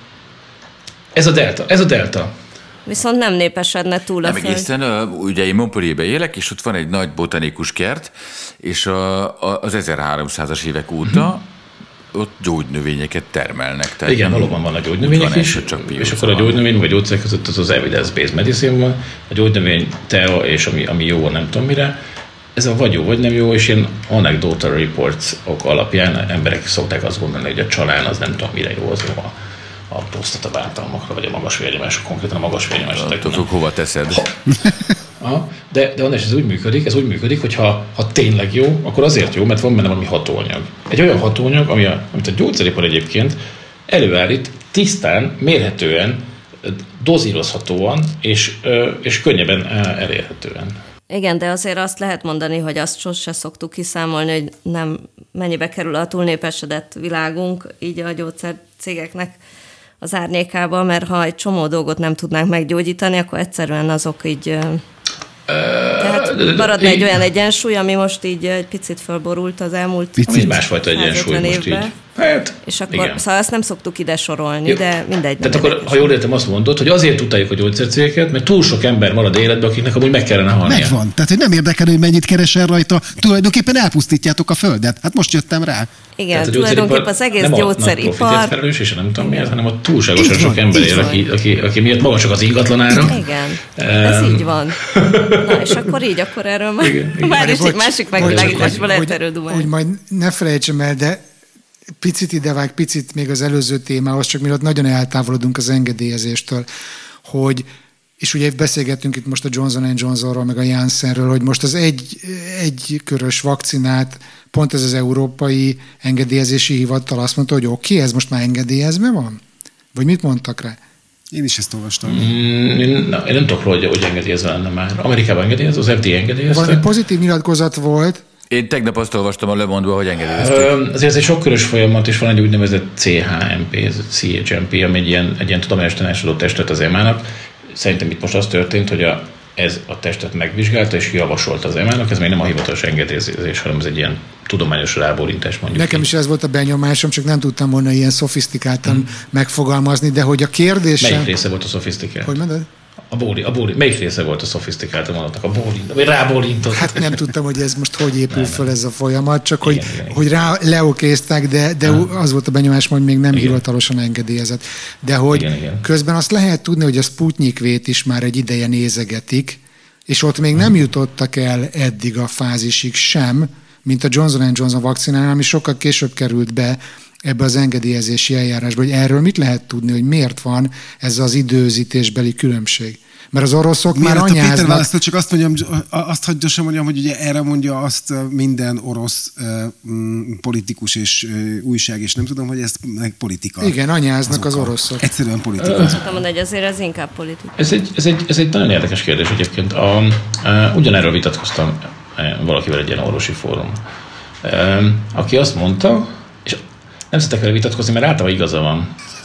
Ez a delta, ez a delta. Viszont nem népesedne túl a föld. Nem egészen, ugye én Montpellierben élek, és ott van egy nagy botanikus kert, és a, a, az ezerháromszázas évek óta uh-huh. ott gyógynövényeket termelnek. Tehát igen, valóban van a gyógynövények van is, csak és akkor a gyógynövény vagy gyógyszer között az az evidence-based medicine van, a gyógynövény tea és ami, ami jó, nem tudom mire. Ez a vagy jó, vagy nem jó, és ilyen anecdotal reports-ok alapján emberek szokták azt gondolni, hogy a csalán az nem tudom mire jó, az jó a, a prostata bántalmakra, vagy a magas vérnyomásra, konkrétan a magas vérnyomásra. Tudok, hova teszed. Ha, de, de András, ez úgy működik, ez úgy működik, hogy ha, ha tényleg jó, akkor azért jó, mert van benne valami hatóanyag. Egy olyan hatóanyag, ami a, amit a gyógyszeripar egyébként előállít tisztán, mérhetően, dozírozhatóan és, és könnyebben elérhetően. Igen, de azért azt lehet mondani, hogy azt sose szoktuk kiszámolni, hogy nem mennyibe kerül a túlnépesedett világunk, így a gyógyszercégeknek az árnyékába, mert ha egy csomó dolgot nem tudnánk meggyógyítani, akkor egyszerűen azok így... Tehát maradna egy olyan egyensúly, ami most így egy picit fölborult az elmúlt picit másfajta egyensúly most így. Hát, és akkor, igen. Szóval ezt nem szoktuk ide sorolni, jó, de mindegy. Tehát akkor, érdekes. Ha jól értem, azt mondod, hogy azért utáljuk a gyógyszercégeket, mert túl sok ember marad életben, akiknek amúgy meg kellene halnia. Megvan. Tehát, hogy nem érdekel, hogy mennyit keresel rajta, tulajdonképpen elpusztítjátok a földet. Hát most jöttem rá. Igen, tehát tulajdonképpen az egész nem gyógyszeripar... Nem a felelős, és nem tudom miért, hanem a túlságosan sok ember ér, aki, aki, aki miatt maga csak az ingatlanára. Igen, ez így van. Na, és akkor így, akkor erről már, igen, igen. már is egy másik megvilágításban lehet erről dumálni. Hogy majd ne felejtsem el, de picit idevág, picit még az előző témához, csak mielőtt nagyon eltávolodunk az engedélyezéstől, hogy, és ugye beszélgettünk itt most a Johnson and Johnsonról, meg a Janssenről, hogy most az egy, egy körös vakcinát, pont ez az Európai Engedélyezési Hivatal azt mondta, hogy oké, okay, ez most már engedélyezve van? Vagy mit mondtak rá? Én is ezt olvastam. Mm, én, na, én nem tudok róla, hogy, hogy engedélyezve lenne már. Amerikában engedélyez, az F D A engedélyezte. Valami pozitív nyilatkozat volt. Én tegnap azt olvastam a Le Monde-ban, hogy engedélyezték. Azért ez egy sokkörös folyamat, és van egy úgynevezett C H M P, ez a C H M P, ami egy ilyen, egy ilyen tudományos tanácsadó testet az E M A-nak. Szerintem itt most az történt, hogy a, ez a testet megvizsgálta, és javasolta az E M A-nak, ez még nem a hivatalos engedélyezés, hanem ez egy ilyen tudományos rábólintás, mondjuk. Nekem is ez volt a benyomásom, csak nem tudtam volna ilyen szofisztikáltan hmm. megfogalmazni, de hogy a kérdésem... Melyik része volt a szofisztikált? Hogy mondod? A bóli, a bóli, melyik része volt a szofisztikáltan mondatnak? A bólint, vagy rábólintott? Hát nem tudtam, hogy ez most hogy épül nem, föl ez a folyamat, csak igen, hogy, igen, hogy rá leokézták, de, de az volt a benyomásom, hogy még nem igen. hivatalosan engedélyezett. De hogy igen, igen. közben azt lehet tudni, hogy a Sputnik V-t is már egy ideje nézegetik, és ott még nem jutottak el eddig a fázisig sem, mint a Johnson and Johnson vakcinánál, ami sokkal később került be ebbe az engedélyezési eljárásba, hogy erről mit lehet tudni, hogy miért van ez az időzítésbeli különbség. Mert az oroszok miért már anyáznak... Péter választott, csak azt mondjam, azt hagyja sem mondjam, hogy ugye erre mondja azt minden orosz uh, politikus és uh, újság, és nem tudom, hogy ez meg politika. Igen, anyáznak az oroszok. Egyszerűen politika. Azt tudom mondani, hogy azért ez inkább politika. Ez egy, ez egy, ez egy nagyon érdekes kérdés egyébként. A, a, ugyanerről vitatkoztam valakivel egy ilyen orvosi fórum, aki azt mondta, és nem szeretek vele vitatkozni, mert általában igaza van.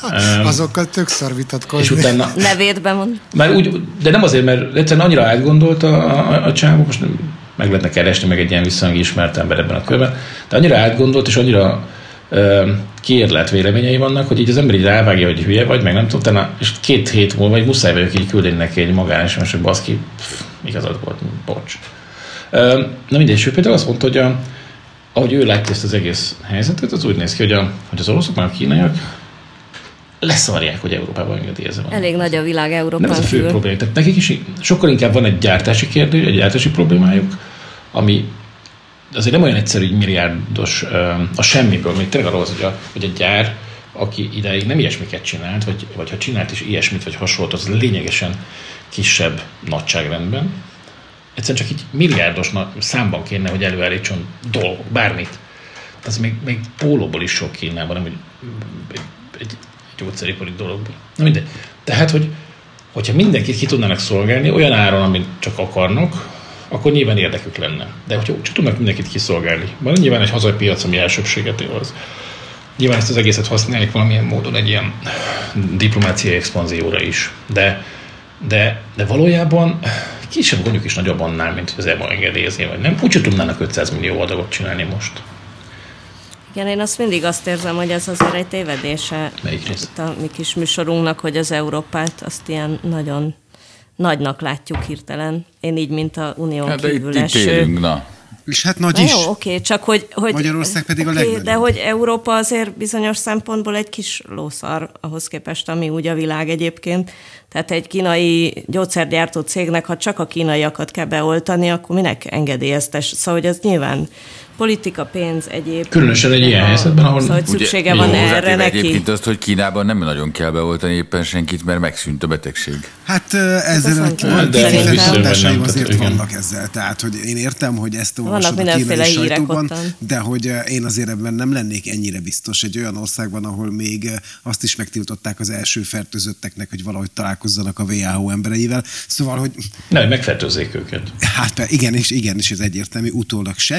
Azokkal tök szar vitatkozni. És utána... Nevétben mond. Már úgy, de nem azért, mert egyszerűen annyira átgondolt a, a, a csávó, most meg lehetne keresni meg egy ilyen viszonylag ismert ember ebben a körben, de annyira átgondolt, és annyira ö, kiérlelt véleményei vannak, hogy így az ember így rávágja, hogy hülye vagy, meg nem tudom, és két hét múlva, vagy muszáj vagyok így küldeni neki egy magányos, hogy baszki, pff, igazad volt, bocs. Ö, na mindegy, és ő például azt mondta, hogy a, ahogy ő látja ezt az egész helyzetet, az úgy néz ki, hogy, a, hogy az oroszok, meg a kínaiak leszarják, hogy Európában engedélyezve van. Elég nagy a világ Európán Nem ez a fő probléma. Tehát nekik is sokkal inkább van egy gyártási kérdés, egy gyártási problémájuk, ami azért nem olyan egyszerű, hogy milliárdos a semmiből, még tényleg arról az, hogy, a, hogy egy gyár, aki ideig nem ilyesmiket csinált, vagy, vagy ha csinált is ilyesmit, vagy hasonlót, az lényegesen kisebb nagyságrendben. Egyszerűen csak így milliárdos számban kéne, hogy előállítson dolgok, bármit. Az még, még pólóból is sok Kínában, nem, hogy egy, egy gyógyszeripari dologból. Na mindegy. Tehát, hogy, hogyha mindenkit ki tudnának szolgálni olyan áron, amit csak akarnak, akkor nyilván érdekük lenne. De hogyha csak tudnak mindenkit kiszolgálni, van nyilván egy hazai piac, ami elsőbséget élvez. Nyilván ezt az egészet használják valamilyen módon egy ilyen diplomáciai expanzióra is. De, de, de valójában kisebb gondjuk is nagyobb annál, mint hogy az e bé á engedélyezni, vagy nem. Úgyse tudnának ötszáz millió adagot csinálni most. Igen, én azt mindig azt érzem, hogy ez azért egy tévedése itt a mi kis műsorunknak, hogy az Európát azt ilyen nagyon nagynak látjuk hirtelen. Én így, mint a Unión hát kívül itt, eső. Itt élünk, na. És hát nagy na is. Jó, oké, csak hogy... hogy Magyarország pedig okay, a legnagyobb. De hogy Európa azért bizonyos szempontból egy kis lószar ahhoz képest, ami úgy a világ egyébként. Tehát egy kínai gyógyszergyártó cégnek, ha csak a kínaiakat kell beoltani, akkor minek engedélyeztes? Szóval, hogy ez nyilván politika, pénz, egyéb. Különösen egy ilyen helyzetben, ahol szóval, szüksége ugye, van jó, erre neki. Egyébként azt, hogy Kínában nem nagyon kell beoltani éppen senkit, mert megszűnt a betegség. Hát ezzel a kifejezéseim azért vannak ezzel. Tehát, hogy én értem, hogy ezt olvasod a kínai sajtóban, de hogy én azért ebben nem lennék ennyire biztos. Egy olyan országban, ahol még azt is megtiltották az első fertőzötteknek, hogy valahogy találkozzanak a dupla vé há ó embereivel. Szóval, hogy... Nem, megfertőzzék őket. Hát igen, és igen, és ez egyértelmű, utólag se.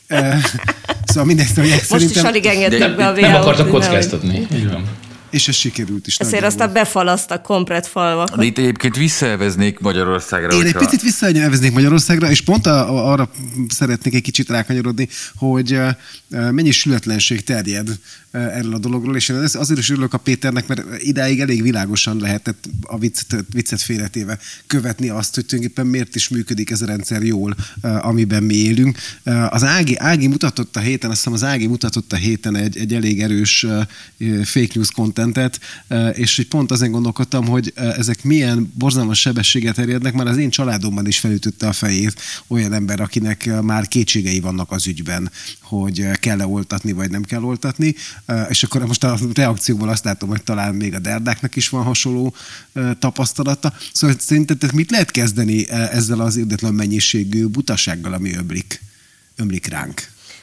Szóval mindezt, hogy most szerintem... is alig engedték be a dupla vé há ó-t. Nem akartak kockáztatni, így van. És ez sikerült is. Ezért aztán befalasztak komplet falvakat. De itt egyébként visszaelveznék Magyarországra. Én hogyha... egy picit visszaelveznék Magyarországra, és pont a, arra szeretnék egy kicsit rákanyarodni, hogy mennyi sületlenség terjed erről a dologról, és én azért is örülök a Péternek, mert idáig elég világosan lehetett a viccet, viccet félretéve követni azt, hogy tulajdonképpen miért is működik ez a rendszer jól, amiben mi élünk. Az Ági, Ági mutatott a héten, azt hiszem az Ági mutatott a héten egy, egy elég erős fake news contentet, és hogy pont azon gondolkodtam, hogy ezek milyen borzalmas sebességet terjednek, már az én családomban is felütötte a fejét olyan ember, akinek már kétségei vannak az ügyben, hogy kell-e oltatni, vagy nem kell oltatni, és akkor most a reakciókból azt látom, hogy talán még a derdáknak is van hasonló tapasztalata. Szóval szerinted mit lehet kezdeni ezzel az érdetlen mennyiségű butasággal, ami ömlik, ömlik ránk?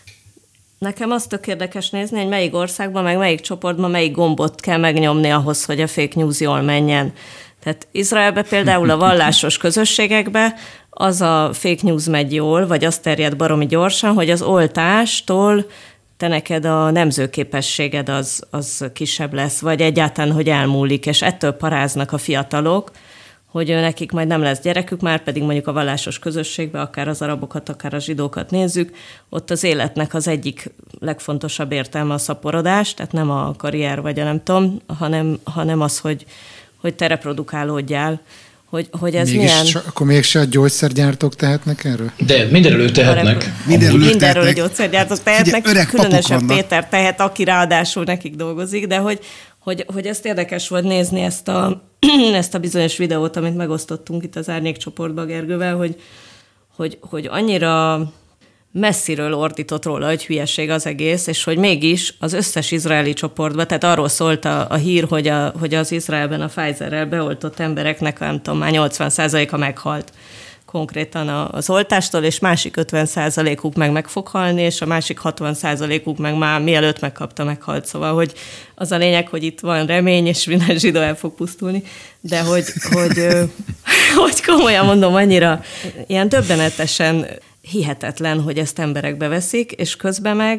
Nekem azt tök érdekes nézni, hogy melyik országban, meg melyik csoportban melyik gombot kell megnyomni ahhoz, hogy a fake news jól menjen. Tehát Izraelben például a vallásos közösségekben az a fake news megy jól, vagy az terjed baromi gyorsan, hogy az oltástól te neked a nemzőképességed az, az kisebb lesz, vagy egyáltalán, hogy elmúlik, és ettől paráznak a fiatalok, hogy nekik majd nem lesz gyerekük, már pedig mondjuk a vallásos közösségben, akár az arabokat, akár a zsidókat nézzük, ott az életnek az egyik legfontosabb értelme a szaporodás, tehát nem a karrier vagy a nem tudom, hanem, hanem az, hogy, hogy te reprodukálódjál. Hogy, hogy ez mégis, milyen... Akkor mégse a gyógyszergyártók tehetnek erről? De mindenről tehetnek. Mindenről, mindenről a gyógyszergyártók tehetnek, Figyelj, különösen Péter tehet, aki ráadásul nekik dolgozik, de hogy, hogy, hogy ezt érdekes volt nézni, ezt a, ezt a bizonyos videót, amit megosztottunk itt az Árnyék csoportba Gergővel, hogy, hogy, hogy annyira messziről ordított róla, hogy hülyeség az egész, és hogy mégis az összes izraeli csoportban, tehát arról szólt a, a hír, hogy, a, hogy az Izraelben a Pfizerrel beoltott embereknek, nem tudom, már nyolcvan százaléka meghalt konkrétan az oltástól, és másik ötven százalékuk meg meg fog halni, és a másik hatvan százalékuk meg már mielőtt megkapta, meghalt. Szóval, hogy az a lényeg, hogy itt van remény, és minden zsidó el fog pusztulni, de hogy, hogy, hogy komolyan mondom, annyira ilyen döbbenetesen hihetetlen, hogy ezt emberek beveszik, és közben meg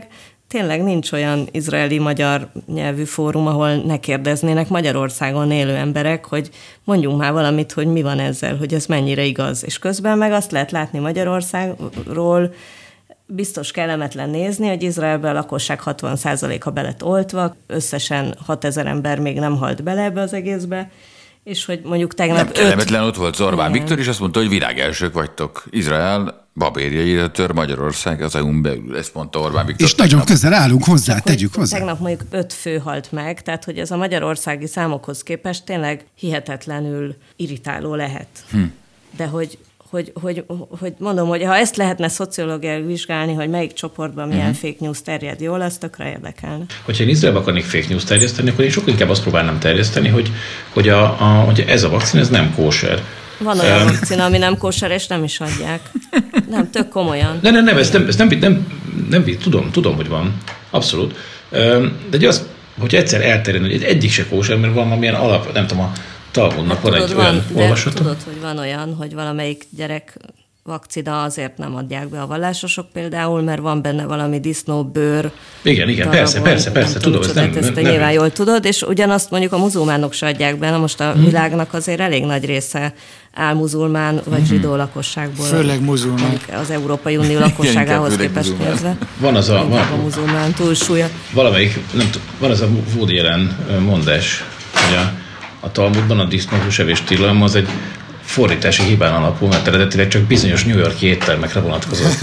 tényleg nincs olyan izraeli-magyar nyelvű fórum, ahol ne kérdeznének Magyarországon élő emberek, hogy mondjunk már valamit, hogy mi van ezzel, hogy ez mennyire igaz. És közben meg azt lehet látni Magyarországról, biztos kellemetlen nézni, hogy Izraelben a lakosság hatvan százaléka be lett oltva, összesen hatezer ember még nem halt bele ebbe az egészbe, és hogy mondjuk tegnap... Nem kellemetlen, öt... ott volt Orbán Viktor, és azt mondta, hogy világelsők vagytok. Izrael babérjai tör Magyarország az é u-n belül, ezt mondta Orbán Viktor. És tegnap. Nagyon közel állunk hozzá, Csak tegyük hozzá. Tegnap mondjuk öt fő halt meg, tehát hogy ez a magyarországi számokhoz képest tényleg hihetetlenül irritáló lehet. Hm. De hogy... Hogy, hogy, hogy mondom, hogy ha ezt lehetne szociológiai vizsgálni, hogy melyik csoportban milyen uh-huh. fake news terjed jól, az tökre érdekelne. Hogyha én Izraelbe akarnék fake news terjeszteni, akkor én sokkal inkább azt próbálnám terjeszteni, hogy, hogy, a, a, hogy ez a vakcina, ez nem kóser. Van olyan um, vakcina, ami nem kóser, és nem is adják. Nem, tök komolyan. Nem, nem, nem, ez nem, ez nem, nem, nem, nem, tudom, tudom, hogy van. Abszolút. De az, hogyha egyszer elterjedne, hogy egyik se kóser, mert van valamilyen alap, nem tudom, a Talmudnak van egy olyan olvasata. Tudod, hogy van olyan, hogy valamelyik gyerek vakcina azért nem adják be a vallásosok például, mert van benne valami disznóbőr. Igen, igen, darabon, persze, persze, persze, tudom, ezt nem, ezt nem, nyilván nem. Jól tudod, és ugyanazt mondjuk a muzulmánok se adják be, na most a hmm. világnak azért elég nagy része álmuzulmán vagy hmm. zsidó lakosságból. Főleg muzulmán. Az Európai Unió lakosságához képest nézve. Van az a... Van, a muzulmán túlsúlya. Valamelyik, nem tudom, van az a Woody Allen mondás, hogy a A Talmudban a disznóhús evés tilalma az egy fordítási hibán alapul, mert eredetileg csak bizonyos New York-i éttermekre vonatkozott.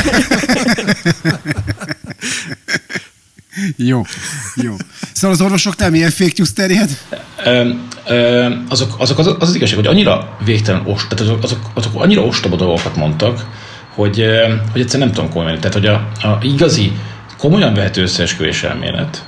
Jó, jó. Szóval az orvosoknál milyen fake news terjed? Ö, ö, azok, azok az, az az igazság, hogy annyira végtelen, ost, tehát azok, azok, azok annyira ostoba dolgokat mondtak, hogy, hogy egyszerűen nem tudom komolyan. Tehát, hogy a, a igazi, komolyan vehető összeesküvés elmélet,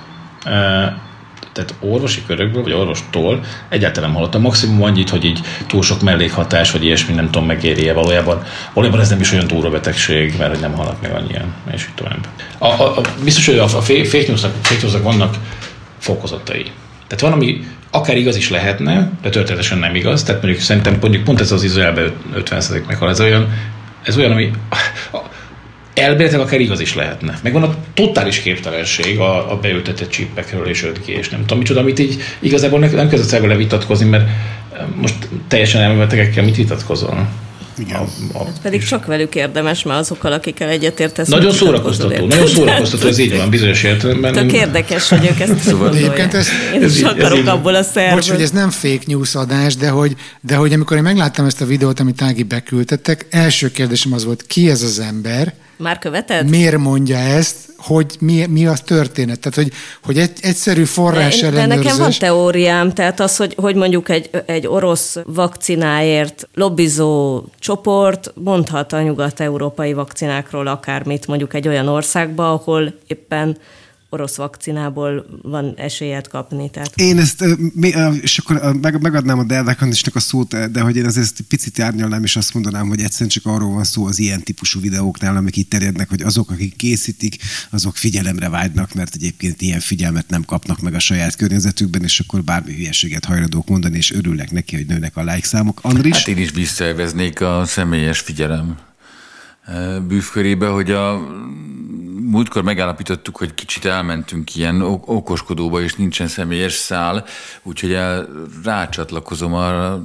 tehát orvosi körökből, vagy orvostól egyáltalán nem hallottam. Maximum annyit, hogy így túl sok mellékhatás, vagy ilyesmi, nem tudom, megéri-e valójában. Valójában ez nem is olyan túra betegség, mert hogy nem halnak meg annyian, és így tovább. A, a, a, biztos, hogy a, a fake newsnak vannak fokozatai. Tehát van, ami akár igaz is lehetne, de történetesen nem igaz. Tehát mondjuk szerintem mondjuk pont ez az Izraelben ötven százalék meghal. Ez olyan, ez olyan, ami... A, a, elméletileg akár igaz is lehetne. Meg van a totális képtelenség a, a beültetett csípekről és öt G, és nem tudom micsoda, amit így igazából nem, nem kezdett vele vitatkozni, mert most teljesen elmebetegekkel mit vitatkozol? Igen. A, a, hát pedig csak velük érdemes, mert azokkal, akikkel egyetértesz. Nagyon szórakoztató, nagyon szórakoztató, ez így van, bizonyos értelemben. Tök érdekes, hogy ők ezt szóval gondolják. Ez, Én is akarok abból a szerből. Bocs, hogy ez nem fake news adás, de hogy, de hogy amikor én megláttam ezt a videót, amit Ági beküldtettek, első kérdésem az volt, ki ez az ember? Már követed? Miért mondja ezt? Hogy mi, mi az történet? Tehát, hogy, hogy egy, egyszerű forrás de, ellenőrzés. De nekem van teóriám, tehát az, hogy, hogy mondjuk egy, egy orosz vakcináért lobbizó csoport mondhat a nyugat-európai vakcinákról akármit, mondjuk egy olyan országba, ahol éppen orosz vakcinából van esélyed kapni. Tehát. Én ezt, és akkor megadnám a Delvákandisnak a szót, de hogy én azért ezt picit árnyalnám, és azt mondanám, hogy egyszerűen csak arról van szó az ilyen típusú videóknál, amik itt terjednek, hogy azok, akik készítik, azok figyelemre vágynak, mert egyébként ilyen figyelmet nem kapnak meg a saját környezetükben, és akkor bármi hülyeséget hajlandók mondani, és örülnek neki, hogy nőnek a like számok. Andris? Hát én is visszaveznék a személyes figyelem bűvkörébe, hogy a múltkor megállapítottuk, hogy kicsit elmentünk ilyen okoskodóba, és nincsen személyes szál, úgyhogy el, rácsatlakozom a,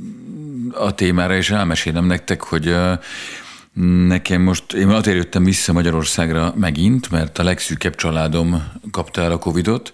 a témára, és elmesélem nektek, hogy nekem most, én azért jöttem vissza Magyarországra megint, mert a legszűkebb családom kapta el a Covidot.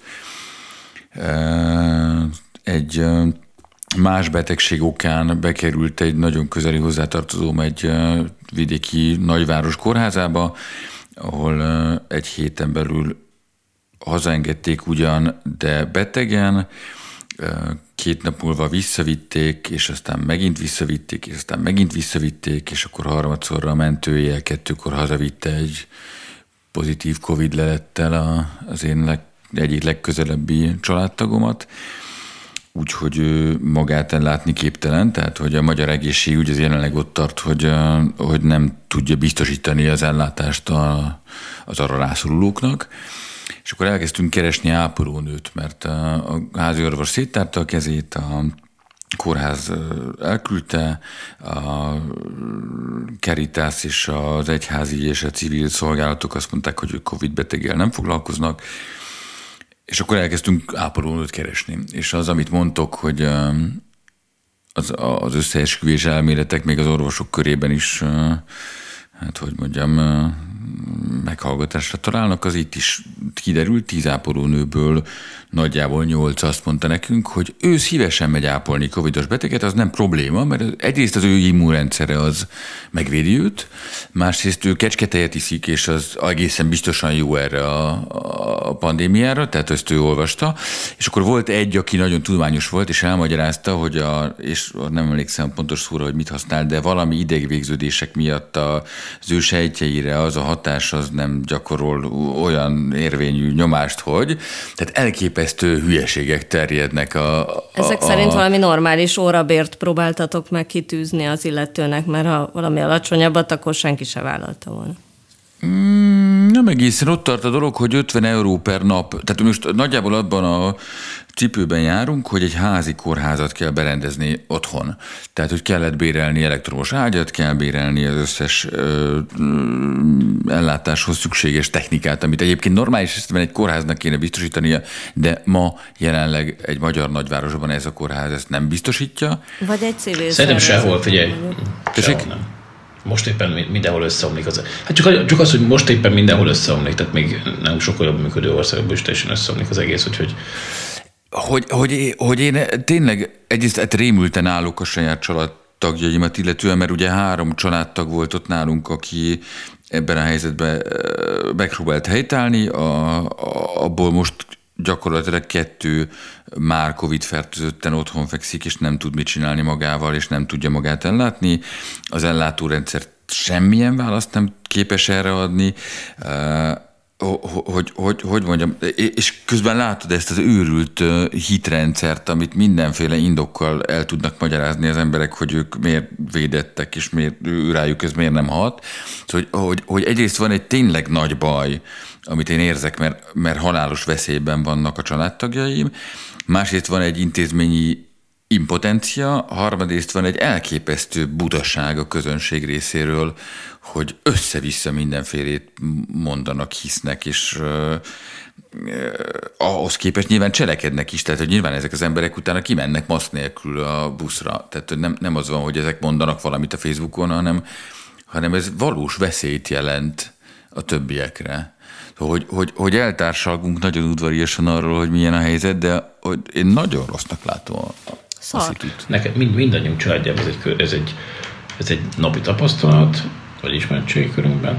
Egy más betegség okán bekerült egy nagyon közeli hozzátartozóm egy vidéki nagyváros kórházába, ahol egy héten belül hazaengedték ugyan, de betegen, két nap múlva visszavitték, és aztán megint visszavitték, és aztán megint visszavitték, és akkor harmadszorra a mentőjel kettőkor hazavitte egy pozitív Covid lelettel az én leg, egyik legközelebbi családtagomat. Úgyhogy ő magát ellátni képtelen, tehát hogy a magyar egészségügy az jelenleg ott tart, hogy, hogy nem tudja biztosítani az ellátást a, az arra rászorulóknak. És akkor elkezdtünk keresni ápolónőt, mert a háziorvos széttárta a kezét, a kórház elküldte, a Caritas és az egyházi és a civil szolgálatok azt mondták, hogy ők Covid beteggel nem foglalkoznak, és akkor elkezdtünk ápolónőt keresni. És az, amit mondtok, hogy az, az összeesküvés elméletek még az orvosok körében is, hát hogy mondjam, meghallgatásra találnak, az itt is kiderült, tíz ápolónőből nagyjából nyolc azt mondta nekünk, hogy ő szívesen megy ápolni covidos beteget, az nem probléma, mert egyrészt az ő immunrendszere az megvédi őt, másrészt ő kecsketejet iszik, és az egészen biztosan jó erre a, a pandémiára, tehát ezt ő olvasta, és akkor volt egy, aki nagyon tudományos volt, és elmagyarázta, hogy a, és nem emlékszem pontos szóra, hogy mit használ, de valami idegvégződések miatt az ő sejtjeire az a hatás az nem gyakorol olyan érvényű nyomást, hogy tehát elképesztő hülyeségek terjednek a... a Ezek a, szerint valami normális órabért próbáltatok meg kitűzni az illetőnek, mert ha valami alacsonyabbat, akkor senki se vállalta volna. Mm, nem egészen ott tart a dolog, hogy ötven euró per nap, tehát most nagyjából abban a cipőben járunk, hogy egy házi kórházat kell berendezni otthon. Tehát, hogy kellett bérelni elektromos ágyat, kell bérelni az összes ö, ö, ellátáshoz szükséges technikát, amit egyébként normális esetben egy kórháznak kéne biztosítania, de ma jelenleg egy magyar nagyvárosban ez a kórház ezt nem biztosítja. Vagy egy civil Szerintem sehol, figyelj. Sehol nem. Most éppen mindenhol összeomlik az. Hát csak, csak az, hogy most éppen mindenhol összeomlik, tehát még nem sokkal jobb működő országban is teljesen összeomlik az egész, úgyhogy... Hogy, hogy, hogy én tényleg egyrészt hát rémülten állok a saját családtagjaimat illetően, mert ugye három családtag volt ott nálunk, aki ebben a helyzetben megpróbált helytállni, a, a, abból most gyakorlatilag kettő már Covid-fertőzötten otthon fekszik, és nem tud mit csinálni magával, és nem tudja magát ellátni. Az ellátórendszer semmilyen választ nem képes erre adni, hogy, hogy, hogy mondjam, és közben látod ezt az őrült hitrendszert, amit mindenféle indokkal el tudnak magyarázni az emberek, hogy ők miért védettek, és miért, ő rájuk ez miért nem hat. Szóval, hogy, hogy, hogy egyrészt van egy tényleg nagy baj, amit én érzek, mert, mert halálos veszélyben vannak a családtagjaim, másrészt van egy intézményi impotencia, harmadrészt van egy elképesztő butaság a közönség részéről, hogy össze-vissza mindenfélét mondanak, hisznek, és uh, uh, ahhoz képest nyilván cselekednek is, tehát hogy nyilván ezek az emberek utána kimennek maszk nélkül a buszra. Tehát nem, nem az van, hogy ezek mondanak valamit a Facebookon, hanem, hanem ez valós veszélyt jelent a többiekre. Hogy, hogy, hogy eltársalgunk nagyon udvariasan arról, hogy milyen a helyzet, de hogy én nagyon rossznak látom a, a szitut. Neked mind, mindannyiunk családjában ez egy, ez, egy, ez egy napi tapasztalat, vagy ismertségi körünkben.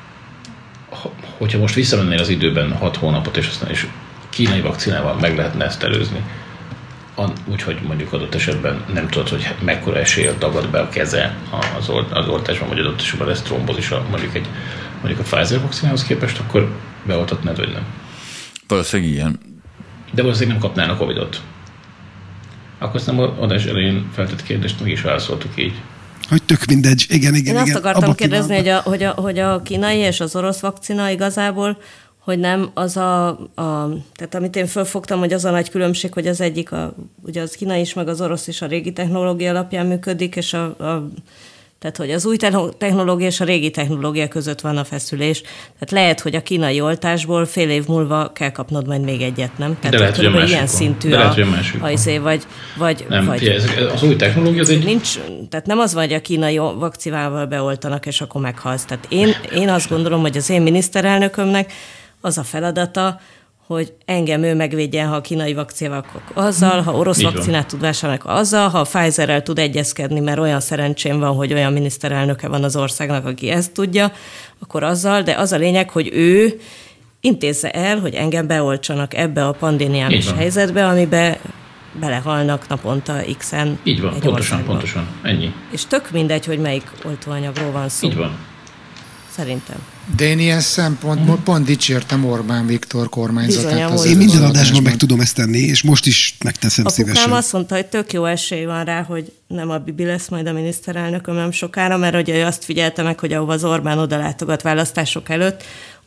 Hogyha most visszamennél az időben hat hónapot, és aztán is kínai vakcinával meg lehetne ezt előzni, úgyhogy mondjuk adott esetben nem tudod, hogy mekkora eséllyel tagad be a keze az, az oltásban, vagy adott esetben lesz trombozis mondjuk, egy, mondjuk a Pfizer vakcinához képest, akkor beoltatnád, vagy nem? Valószínűleg ilyen. De valószínűleg nem kapnának Covidot. Akkor aztán adás elején feltett kérdést meg is válaszoltuk így. Hogy tök mindegy. Igen, igen, Én igen. azt akartam kérdezni, hogy a, hogy, a, hogy a kínai és az orosz vakcina igazából, hogy nem az a, a, tehát amit én fölfogtam, hogy az a nagy különbség, hogy az egyik, a, ugye az kínai is, meg az orosz is a régi technológia alapján működik, és a, a tehát, hogy az új technológia és a régi technológia között van a feszülés. Tehát lehet, hogy a kínai oltásból fél év múlva kell kapnod majd még egyet, nem? Tehát de lehet, hogy a másik ilyen szintű de a, lehet, hogy a másik a izé, vagy, vagy, nem, vagy figyelj, az új technológia az egy... Nincs, tehát nem az van, hogy a kínai vakcinával beoltanak, és akkor meghalsz. Tehát én, én azt gondolom, hogy az én miniszterelnökömnek az a feladata, hogy engem ő megvédjen, ha a kínai vakcinával, azzal, ha orosz Így vakcinát van. tud vásárolni, azzal, ha a Pfizerrel tud egyezkedni, mert olyan szerencsém van, hogy olyan miniszterelnöke van az országnak, aki ezt tudja, akkor azzal, de az a lényeg, hogy ő intézze el, hogy engem beoltsanak ebbe a pandémiás helyzetbe, amiben belehalnak naponta X-en. Így van, pontosan, országban. pontosan, ennyi. És tök mindegy, hogy melyik oltóanyagról van szó. Így van. Szerintem. De én ilyen szempontból pont dicsértem Orbán Viktor kormányzatát. Az én minden adásban meg tudom ezt tenni, és most is megteszem Apukám szívesen. azt mondta, hogy tök jó esély van rá, hogy nem a Bibi lesz majd a miniszterelnököm nem sokára, mert ugye azt figyelte meg, hogy ahova az Orbán oda látogat választások előtt,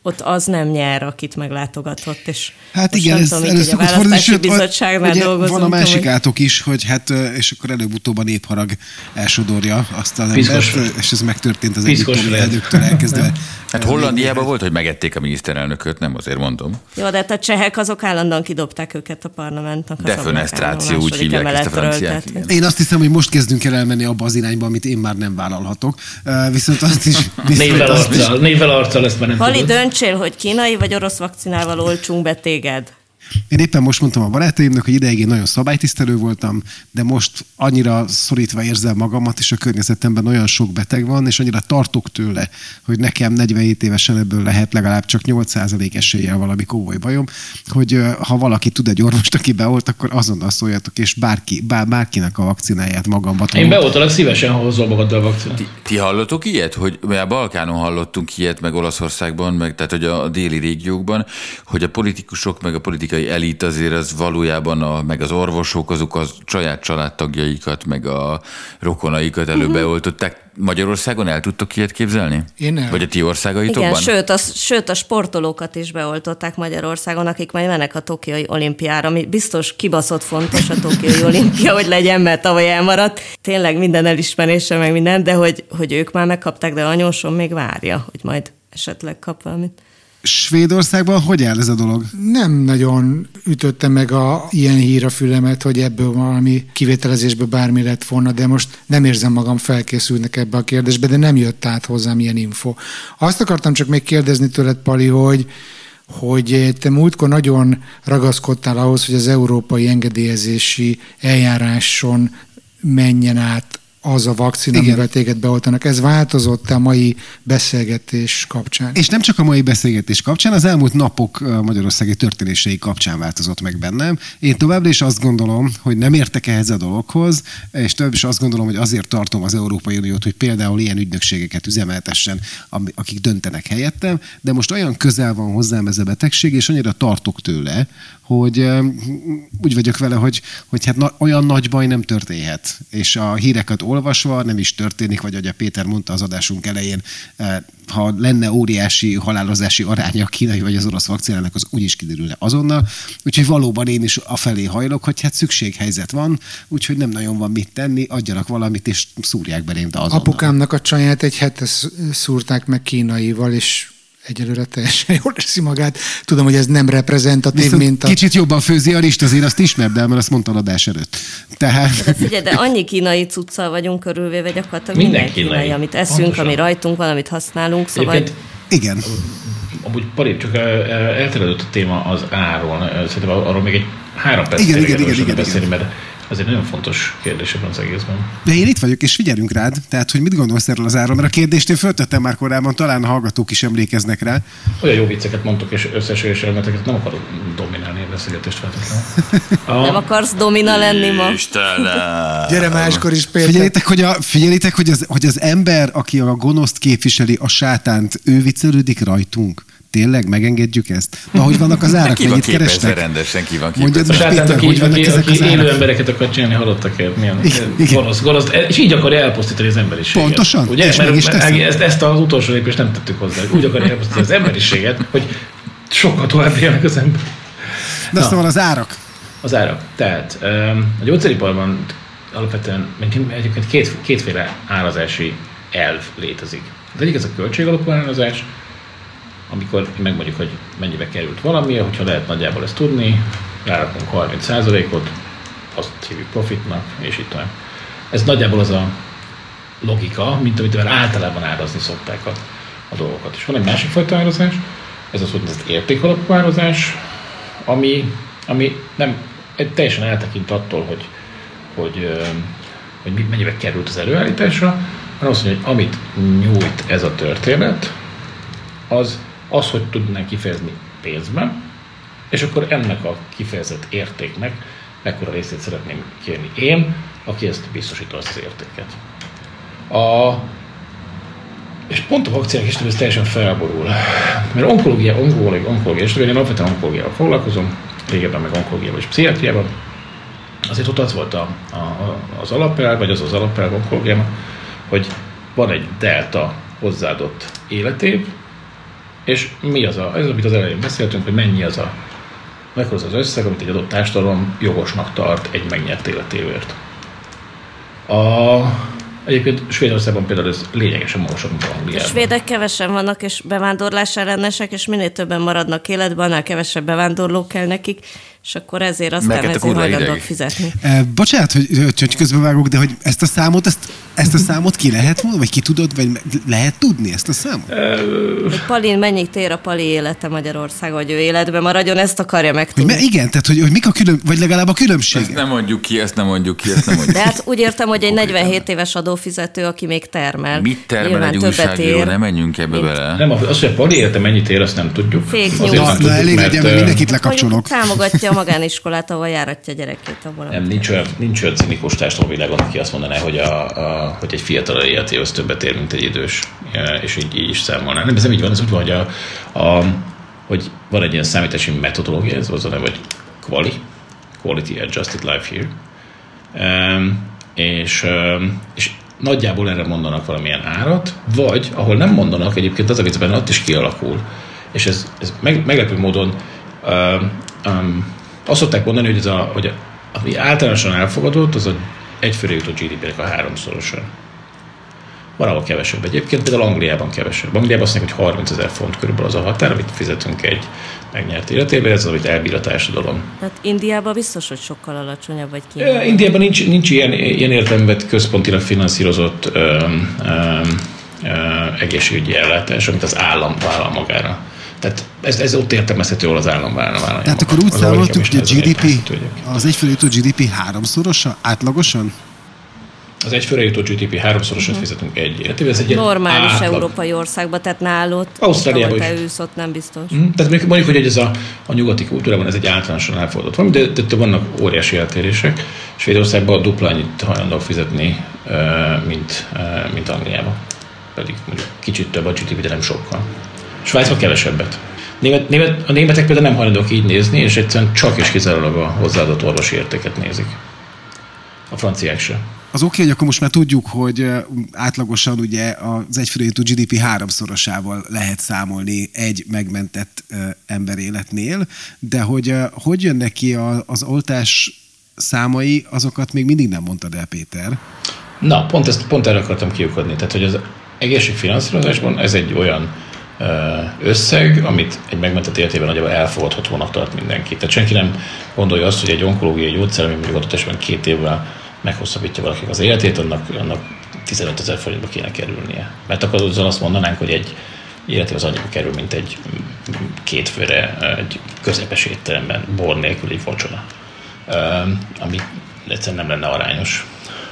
ott az nem nyer, akit meglátogatott, és hát igen, ez először a választási bizottságnál dolgozunk. Van a másik átok is, hogy hát, és akkor előbb-utóbb a népharag elsodorja azt az embert, és ez megtörtént az egyiptomi elnöktől elkezdve. Hát Hollandiában volt, hogy megették a miniszterelnököt, nem azért mondom. Jó, de hát a csehek azok állandóan kidobták őket a parlamentnak. Defenestráció, úgy hívják ezt a franciák. Én azt hiszem, hogy most kezdünk el elmenni abba az irányba, amit én már nem vállalhatok. Uh, viszont azt is... Névvel arccal, névvel arccal ezt már nem Pali, döntsél, hogy kínai vagy orosz vakcinával oltsunk be téged. Én éppen most mondtam a barátaimnak, hogy ideig én nagyon szabálytisztelő voltam, de most annyira szorítva érzem magamat, és a környezetemben olyan sok beteg van, és annyira tartok tőle, hogy nekem negyvenhét évesen ebből lehet legalább csak nyolc százalék eséllyel valami komoly bajom, hogy ha valaki tud egy orvost, aki beolt, akkor azonnal szóljatok, és bárki, bár, bárkinek a vakcináját magamba tudom. Én beoltalak szívesen, ha hozol magaddal a vakcinát. Ti, ti hallottok ilyet? Hogy a Balkánon hallottunk ilyet, meg Olaszországban, meg tehát hogy a déli régiókban, hogy a politikusok, meg a politikai elit azért az valójában, a, meg az orvosok, azok a saját családtagjaikat, meg a rokonaikat előbb beoltották. Magyarországon el tudtok ilyet képzelni? Én nem. Vagy a ti országaitokban? Igen, sőt a, sőt a sportolókat is beoltották Magyarországon, akik majd mennek a tokiói olimpiára, ami biztos kibaszott fontos a tokiói olimpia, hogy legyen, mert tavaly elmaradt. Tényleg minden elismerése, meg minden, de hogy, hogy ők már megkapták, de anyósom még várja, hogy majd esetleg kap valamit. Svédországban hogy áll ez a dolog? Nem nagyon ütötte meg a ilyen hír a fülemet, hogy ebből valami kivételezésből bármi lett volna, de most nem érzem magam felkészülnek ebbe a kérdésbe, de nem jött át hozzám ilyen info. Azt akartam csak még kérdezni tőled, Pali, hogy hogy te múltkor nagyon ragaszkodtál ahhoz, hogy az európai engedélyezési eljáráson menjen át az a vakcina, igen, amivel téged beoltanak. Ez változott a mai beszélgetés kapcsán? És nem csak a mai beszélgetés kapcsán, az elmúlt napok magyarországi történései kapcsán változott meg bennem. Én továbbra is azt gondolom, hogy nem értek ehhez a dologhoz, és továbbra is azt gondolom, hogy azért tartom az Európai Uniót, hogy például ilyen ügynökségeket üzemeltessen, akik döntenek helyettem, de most olyan közel van hozzám ez a betegség, és annyira tartok tőle, hogy úgy vagyok vele, hogy, hogy hát na, olyan nagy baj nem történhet. És a híreket olvasva nem is történik, vagy ahogy a Péter mondta az adásunk elején, ha lenne óriási halálozási aránya a kínai vagy az orosz vakcinának, az úgyis kiderülne azonnal. Úgyhogy valóban én is afelé hajlok, hogy hát szükséghelyzet van, úgyhogy nem nagyon van mit tenni, adjanak valamit, és szúrják belém, de azonnal. Apukámnak a csaját egy hete szúrták meg kínaival, és egyelőre teljesen jól érzi magát. Tudom, hogy ez nem reprezentatív, viszont mint a... Kicsit jobban főzi a rist, azért azt ismerd el, mert azt mondta adás előtt. Tehát... De figyelj, de annyi kínai cuccal vagyunk körülvéve, gyakorlatilag minden, minden kínai, kínai, amit eszünk, pontosan, ami rajtunk van, amit használunk, szóval... Egyébként, igen. Amúgy Pali, csak elterjedett a téma az áról. Szerintem arról még egy három perc igen, igen, igen, igen, beszélni, mert ez egy nagyon fontos kérdés ebben az egészben. De én itt vagyok, és figyelünk rád. Tehát, hogy mit gondolsz erről az áról? Mert a kérdést én föltettem már korábban, talán a hallgatók is emlékeznek rá. Olyan jó vicceket mondtok, és összességesen elmeteket nem akarok dominálni a beszélgetést feltétlenül. Nem akarsz domina lenni ma? Istenem! Gyere máskor is, Péter. Figyelitek, hogy, a, figyelitek hogy, az, hogy az ember, aki a gonoszt képviseli, a sátánt, ő viccelődik rajtunk. Tényleg megengedjük ezt? Na, hogy vannak az árak? Ki van képezve rendesen, ki van képezve. A sátán, aki, hogy aki, aki élő embereket akar csinálni, halottakért, milyen gonosz, gonosz, és így akarja elpusztítani az emberiséget. Pontosan. Ugye? És mert, mert ezt, ezt az utolsó lépést nem tettük hozzá. Úgy akarja elpusztítani az emberiséget, hogy sokkal tovább élnek az ember. De aztán van az árak. Az árak. Tehát a gyógyszeriparban alapvetően egyébként két, kétféle árazási elv létezik. Az egyik ez a költségalapú árazás, amikor megmondjuk, hogy mennyibe került valami, hogyha lehet nagyjából ezt tudni, rárakunk harminc százalékot, azt hívjuk profitnak, és itt olyan. Ez nagyjából az a logika, mint amit általában árazni szokták a, a dolgokat. És van egy másik fajta árazás, ez az úgynevezett értékalapú árazás, ami, ami nem teljesen eltekint attól, hogy, hogy, hogy mennyibe került az előállításra, hanem azt mondja, hogy amit nyújt ez a történet, az az, hogy tudnánk kifejezni pénzben, és akkor ennek a kifejezett értéknek mekkora részét szeretném kérni én, aki ezt biztosítja azt az értéket. A, és pont a vakcinák is ez teljesen felborul. Mert onkológia, onkológia, onkológia, és én alapvetően onkológiával foglalkozom, régebben meg onkológiával és pszichiátriával. Azért ott az volt a, a, az alapelv, vagy az az alapelv onkológiában, hogy van egy delta hozzáadott életév, És mi az a, ez amit az elején beszéltünk, hogy mennyi az a, mekkora az az összeg, amit egy adott társadalom jogosnak tart egy megnyert életévért. A, egyébként Svédországban például ez lényegesen magasabb, mint Angliában. A svédek kevesen vannak, és bevándorlás ellenesek, és minél többen maradnak életben, annál kevesebb bevándorló kell nekik, és akkor ezért aztán ezért hajlandók fizetni. E, bocsánat, hogy, hogy közbevágok, de hogy ezt a számot, ezt, ezt a számot ki lehet mondani, vagy ki tudod, vagy lehet tudni ezt a számot? Hogy Palin mennyit ér a Pali élete Magyarországon, hogy ő életben maradjon, ezt akarja megtudni. Hogy, igen, tehát hogy, hogy mik a külön, vagy legalább a különbség. Ezt nem mondjuk ki, ezt nem mondjuk ki, ezt nem mondjuk de hát úgy értem, hogy egy negyvenhét éves adófizető, aki még termel. Mit termel egy újságíró, nem menjünk ebbe mint... bele. Nem, az, hogy a Pali élete mennyit ér, azt nem tudjuk. Fake news. Na, elég legyen, mert mindenkit lekapcsolok. Támogatja a magániskolát, ahol járatja a gyerekét. Nem, nincs olyan, nincs olyan cinikus társadalom világon, aki azt mondaná, hogy, a, a, hogy egy fiatal életéhoz többet ér, mint egy idős, és így, így is számolná. Nem, ez nem így van, ez úgy van, hogy, a, a, hogy van egy ilyen számítási metodológia, ez az a neve, hogy Quali, Quality Adjusted Life Year, um, és, um, és nagyjából erre mondanak valamilyen árat, vagy ahol nem mondanak, egyébként az a viccben ott is kialakul, és ez, ez meg, meglepő módon um, um, azt szokták mondani, hogy, ez a, hogy a, ami általánosan elfogadott, az a egyfőre jutó gé dé pének a háromszorosa. Van, ahol kevesebb egyébként, például Angliában kevesebb. Angliában azt mondják, hogy harmincezer font körülbelül az a határ, amit fizetünk egy megnyert életébe, ez az, amit elbír a társadalom. Tehát Indiában biztos, hogy sokkal alacsonyabb, vagy Kínában? Indiában nincs, nincs ilyen, ilyen értelemben központilag finanszírozott ö, ö, ö, egészségügyi ellátás, amit az állam vállal magára. Tehát ez, ez ott értelmezhető, ahol az állam vállalja. Tehát akkor úgy számoltuk, hogy a gé dé pé, az egyfőre jutó gé dé pé háromszorosa átlagosan? Az egyfőre jutó gé dé pé háromszorosat uh-huh. fizetünk egy életével. Ez egy normális átlag. Európai országban, tehát nálad, Ausztráliában is. Te ősz, ott nem biztos. Mm, tehát mondjuk, hogy ez a, a nyugati kultúrában ez egy általánosan elfogadott valami, de, de, de vannak óriási eltérések. Svédországban dupla annyit hajlandók fizetni, mint, mint Angliában. Pedig mondjuk kicsit több a gé dé pé, de nem sokkal. Svájcban kevesebbet. Német, német, a németek például nem hajlandók így nézni, és egyszerűen csak és kizárólag a hozzáadott orvosi értéket nézik. A franciák sem. Az oké, hogy akkor most már tudjuk, hogy átlagosan ugye az egyfőre jutó gé dé pé háromszorosával lehet számolni egy megmentett ember életnél, de hogy hogy jön neki az oltás számai, azokat még mindig nem mondtad el, Péter. Na, pont, ezt, pont erre akartam kiukadni. Tehát, hogy az egészségfinanszírozásban ez egy olyan összeg, amit egy megmentett életében nagyjából elfogadhatónak tart mindenki. Tehát senki nem gondolja azt, hogy egy onkológiai gyógyszer, ami mondjuk adott esetben két évvel meghosszabbítja valakinek az életét, annak, annak tizenötezer forintba kéne kerülnie. Mert akkor azon azt mondanánk, hogy egy életé az annyiba kerül, mint egy két főre egy közepes étteremben bor nélkül egy vacsora. Ami egyszerűen nem lenne arányos.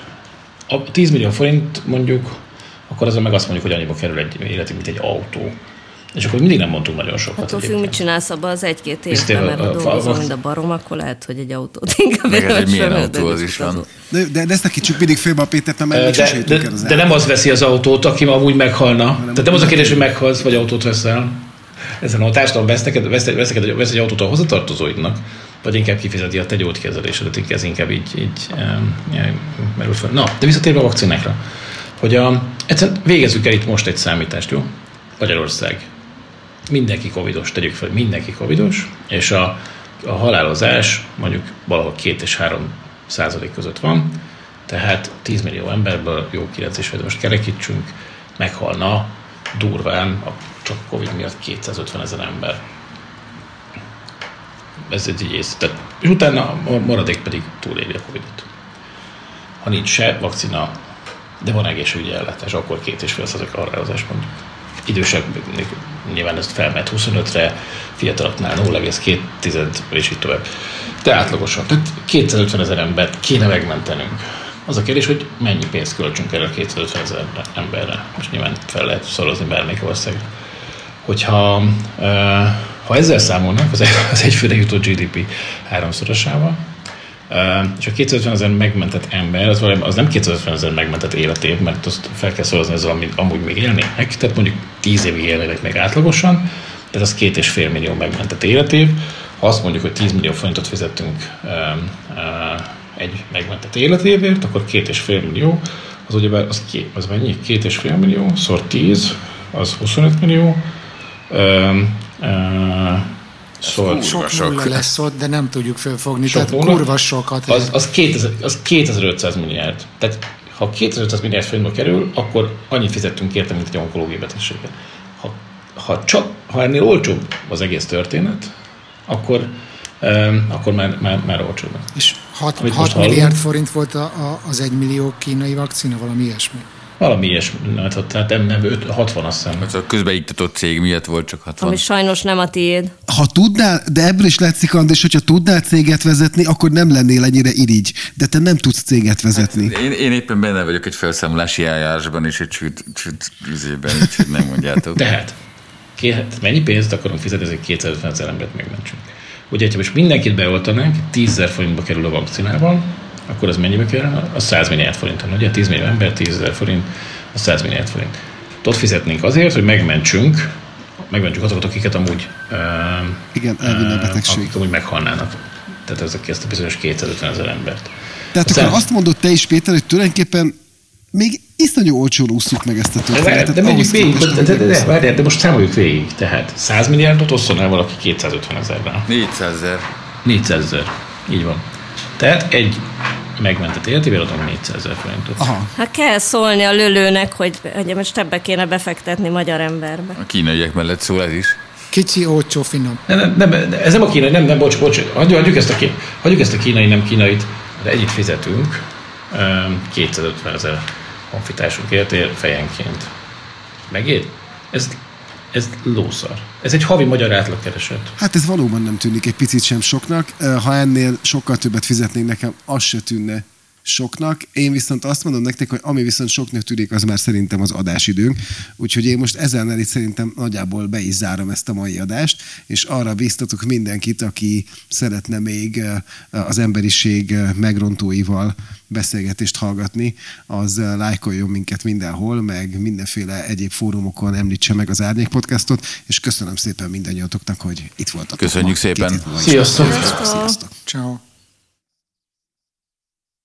A tíz millió forint mondjuk, akkor azon meg azt mondjuk, hogy annyiba kerül egy életé, mint egy autó. És akkor mindig nem mondtunk nagyon sokat. Attól függ, mit csinálsz abban az egy-két évben, mert ha dolgozol, mint a barom, akkor lehet, hogy egy autót inkább meg ez, hogy milyen autó az is van. De, de, de ezt ne kicsük mindig félbe a Pétert, mert még sosem jutunk el az De nem az veszi az autót, aki amúgy meghalna. Nem, Tehát nem az a kérdés, hogy meghalsz, vagy autót veszel. Ezen a társadalom vesz neked, vesz, vesz, neked, vesz egy autót a hozzatartozóidnak, vagy inkább kifizeti a te gyógykezelésedet, ez inkább így, így um, merül fel. Na, de visszatérve a vakcinákra, hogy a, egyszerűen végezzük el itt most egy számítást, jó? Magyarország. Mindenki covidos, tegyük fel, mindenki covidos, és a, a halálozás mondjuk valahol két és három százalék között van, tehát tíz millió emberből jó kilenc és fél, most kerekítsünk, meghalna durván a csak Covid miatt kétszázötven ezer ember. Ez egy ész. Tehát, és utána a maradék pedig túléli a Covidot. Ha nincs se vakcina, de van egészségügyi ellátás, akkor két és fél százalék halálozás mondjuk. Idősek nyilván ezt felmehet huszonötre, fiataloknál nulla egész két és így tovább. De átlagosan. Tehát kétszázötven ezer embert kéne megmentenünk. Az a kérdés, hogy mennyi pénzt költsünk erre a kétszázötven ezer emberre. Most nyilván fel lehet szorozni bármelyik országra. Hogyha ha ezzel számolnak, az egyfőre jutó gé dé pé háromszorosával, és a kétszázötven ezer megmentett ember, az, az nem kétszázötven ezer megmentett életév, mert azt fel kell szorozni ezzel, amit amúgy még élnének, tehát mondjuk tíz évig élnének még átlagosan, tehát az két és fél millió megmentett életév. Ha azt mondjuk, hogy tíz millió forintot fizettünk egy megmentett életévért, akkor két és fél millió, az ugye az, az mennyi? Két és fél millió, szor tíz, az huszonöt millió, Ö, ö, Szóval sok nulla lesz ott, de nem tudjuk fölfogni. Sok tehát nulla, kurva sokat. Az, az, kétezer, az kétezer-ötszáz milliárd. Tehát ha kétezer-ötszáz milliárd forintba kerül, akkor annyit fizettünk érte, mint egy onkológiai betegséget. Ha, ha, csak, ha ennél olcsóbb az egész történet, akkor, um, akkor már, már, már olcsóbb. És hat milliárd forint volt a, a, az egymillió kínai vakcina, valami ilyesmi? Valami ilyesmi, tehát nem, nem hatvan azt hiszem. Az a közbeiktatott cég miatt volt csak hatvan. Ami sajnos nem a tiéd. Ha tudnál, de ebből is látszik, András, hogyha tudnál céget vezetni, akkor nem lennél ennyire irigy. De te nem tudsz céget vezetni. Hát én, én éppen benne vagyok egy felszámolási eljárásban és egy csüt, csüt üzében, úgyhogy nem mondjátok. Tehát, mennyi pénzt akarunk fizetni, ezért kétszázötven ezer embert megmentsünk. Ugye, ha most mindenkit beoltanánk, tízezer forintba kerül a vakcinában, akkor az mennyibe kerül? Az száz milliárd forinton. Ugye tíz millió ember, tízezer forint, az száz milliárd forint. Ott fizetnénk azért, hogy megmentsünk, megmentsük azokat, akiket amúgy, uh, igen, elvinne a betegség. Akik amúgy meghalnának. Tehát ezek ezt a bizonyos kétszázötven ezer embert. Tehát Aztán... akkor azt mondod te is, Péter, hogy tulajdonképpen még iszonyú olcsón ússzuk meg ezt a történetet. De, de menjünk végig, de, de, de, de, de, de most számoljuk végig. Tehát száz milliárdot osszon el valaki kétszázötven ezerben. négyszázezer. négyszázezer. Így van. Tehát egy megmentett életével adom négyszázezer forintot. Aha. Hát kell szólni a lölőnek, hogy, hogy most ebbe kéne befektetni magyar emberbe. A kínaiak mellett szól ez is. Kicsi, olcsó, finom. Nem, nem, nem, ez nem a kínai, nem, nem, bocs, bocs, hagyjuk, hagyjuk, ezt a, hagyjuk ezt a kínai, nem kínait, de együtt fizetünk kétszázötven ezer honfitársunkért fejenként. Megért? Ez, ez lószar. Ez egy havi magyar átlagkereset. Hát ez valóban nem tűnik egy picit sem soknak. Ha ennél sokkal többet fizetnénk nekem, az se tűnne soknak. Én viszont azt mondom nektek, hogy ami viszont soknak tűnik, az már szerintem az adásidőnk. Úgyhogy én most ezzel itt szerintem nagyjából be is zárom ezt a mai adást, és arra bíztatok mindenkit, aki szeretne még az emberiség megrontóival beszélgetést hallgatni, az lájkoljon minket mindenhol, meg mindenféle egyéb fórumokon említse meg az Árnyék Podcastot, és köszönöm szépen mindannyiatoknak, hogy itt voltatok. Köszönjük ma. szépen. Sziasztok! Sziasztok! Ciao.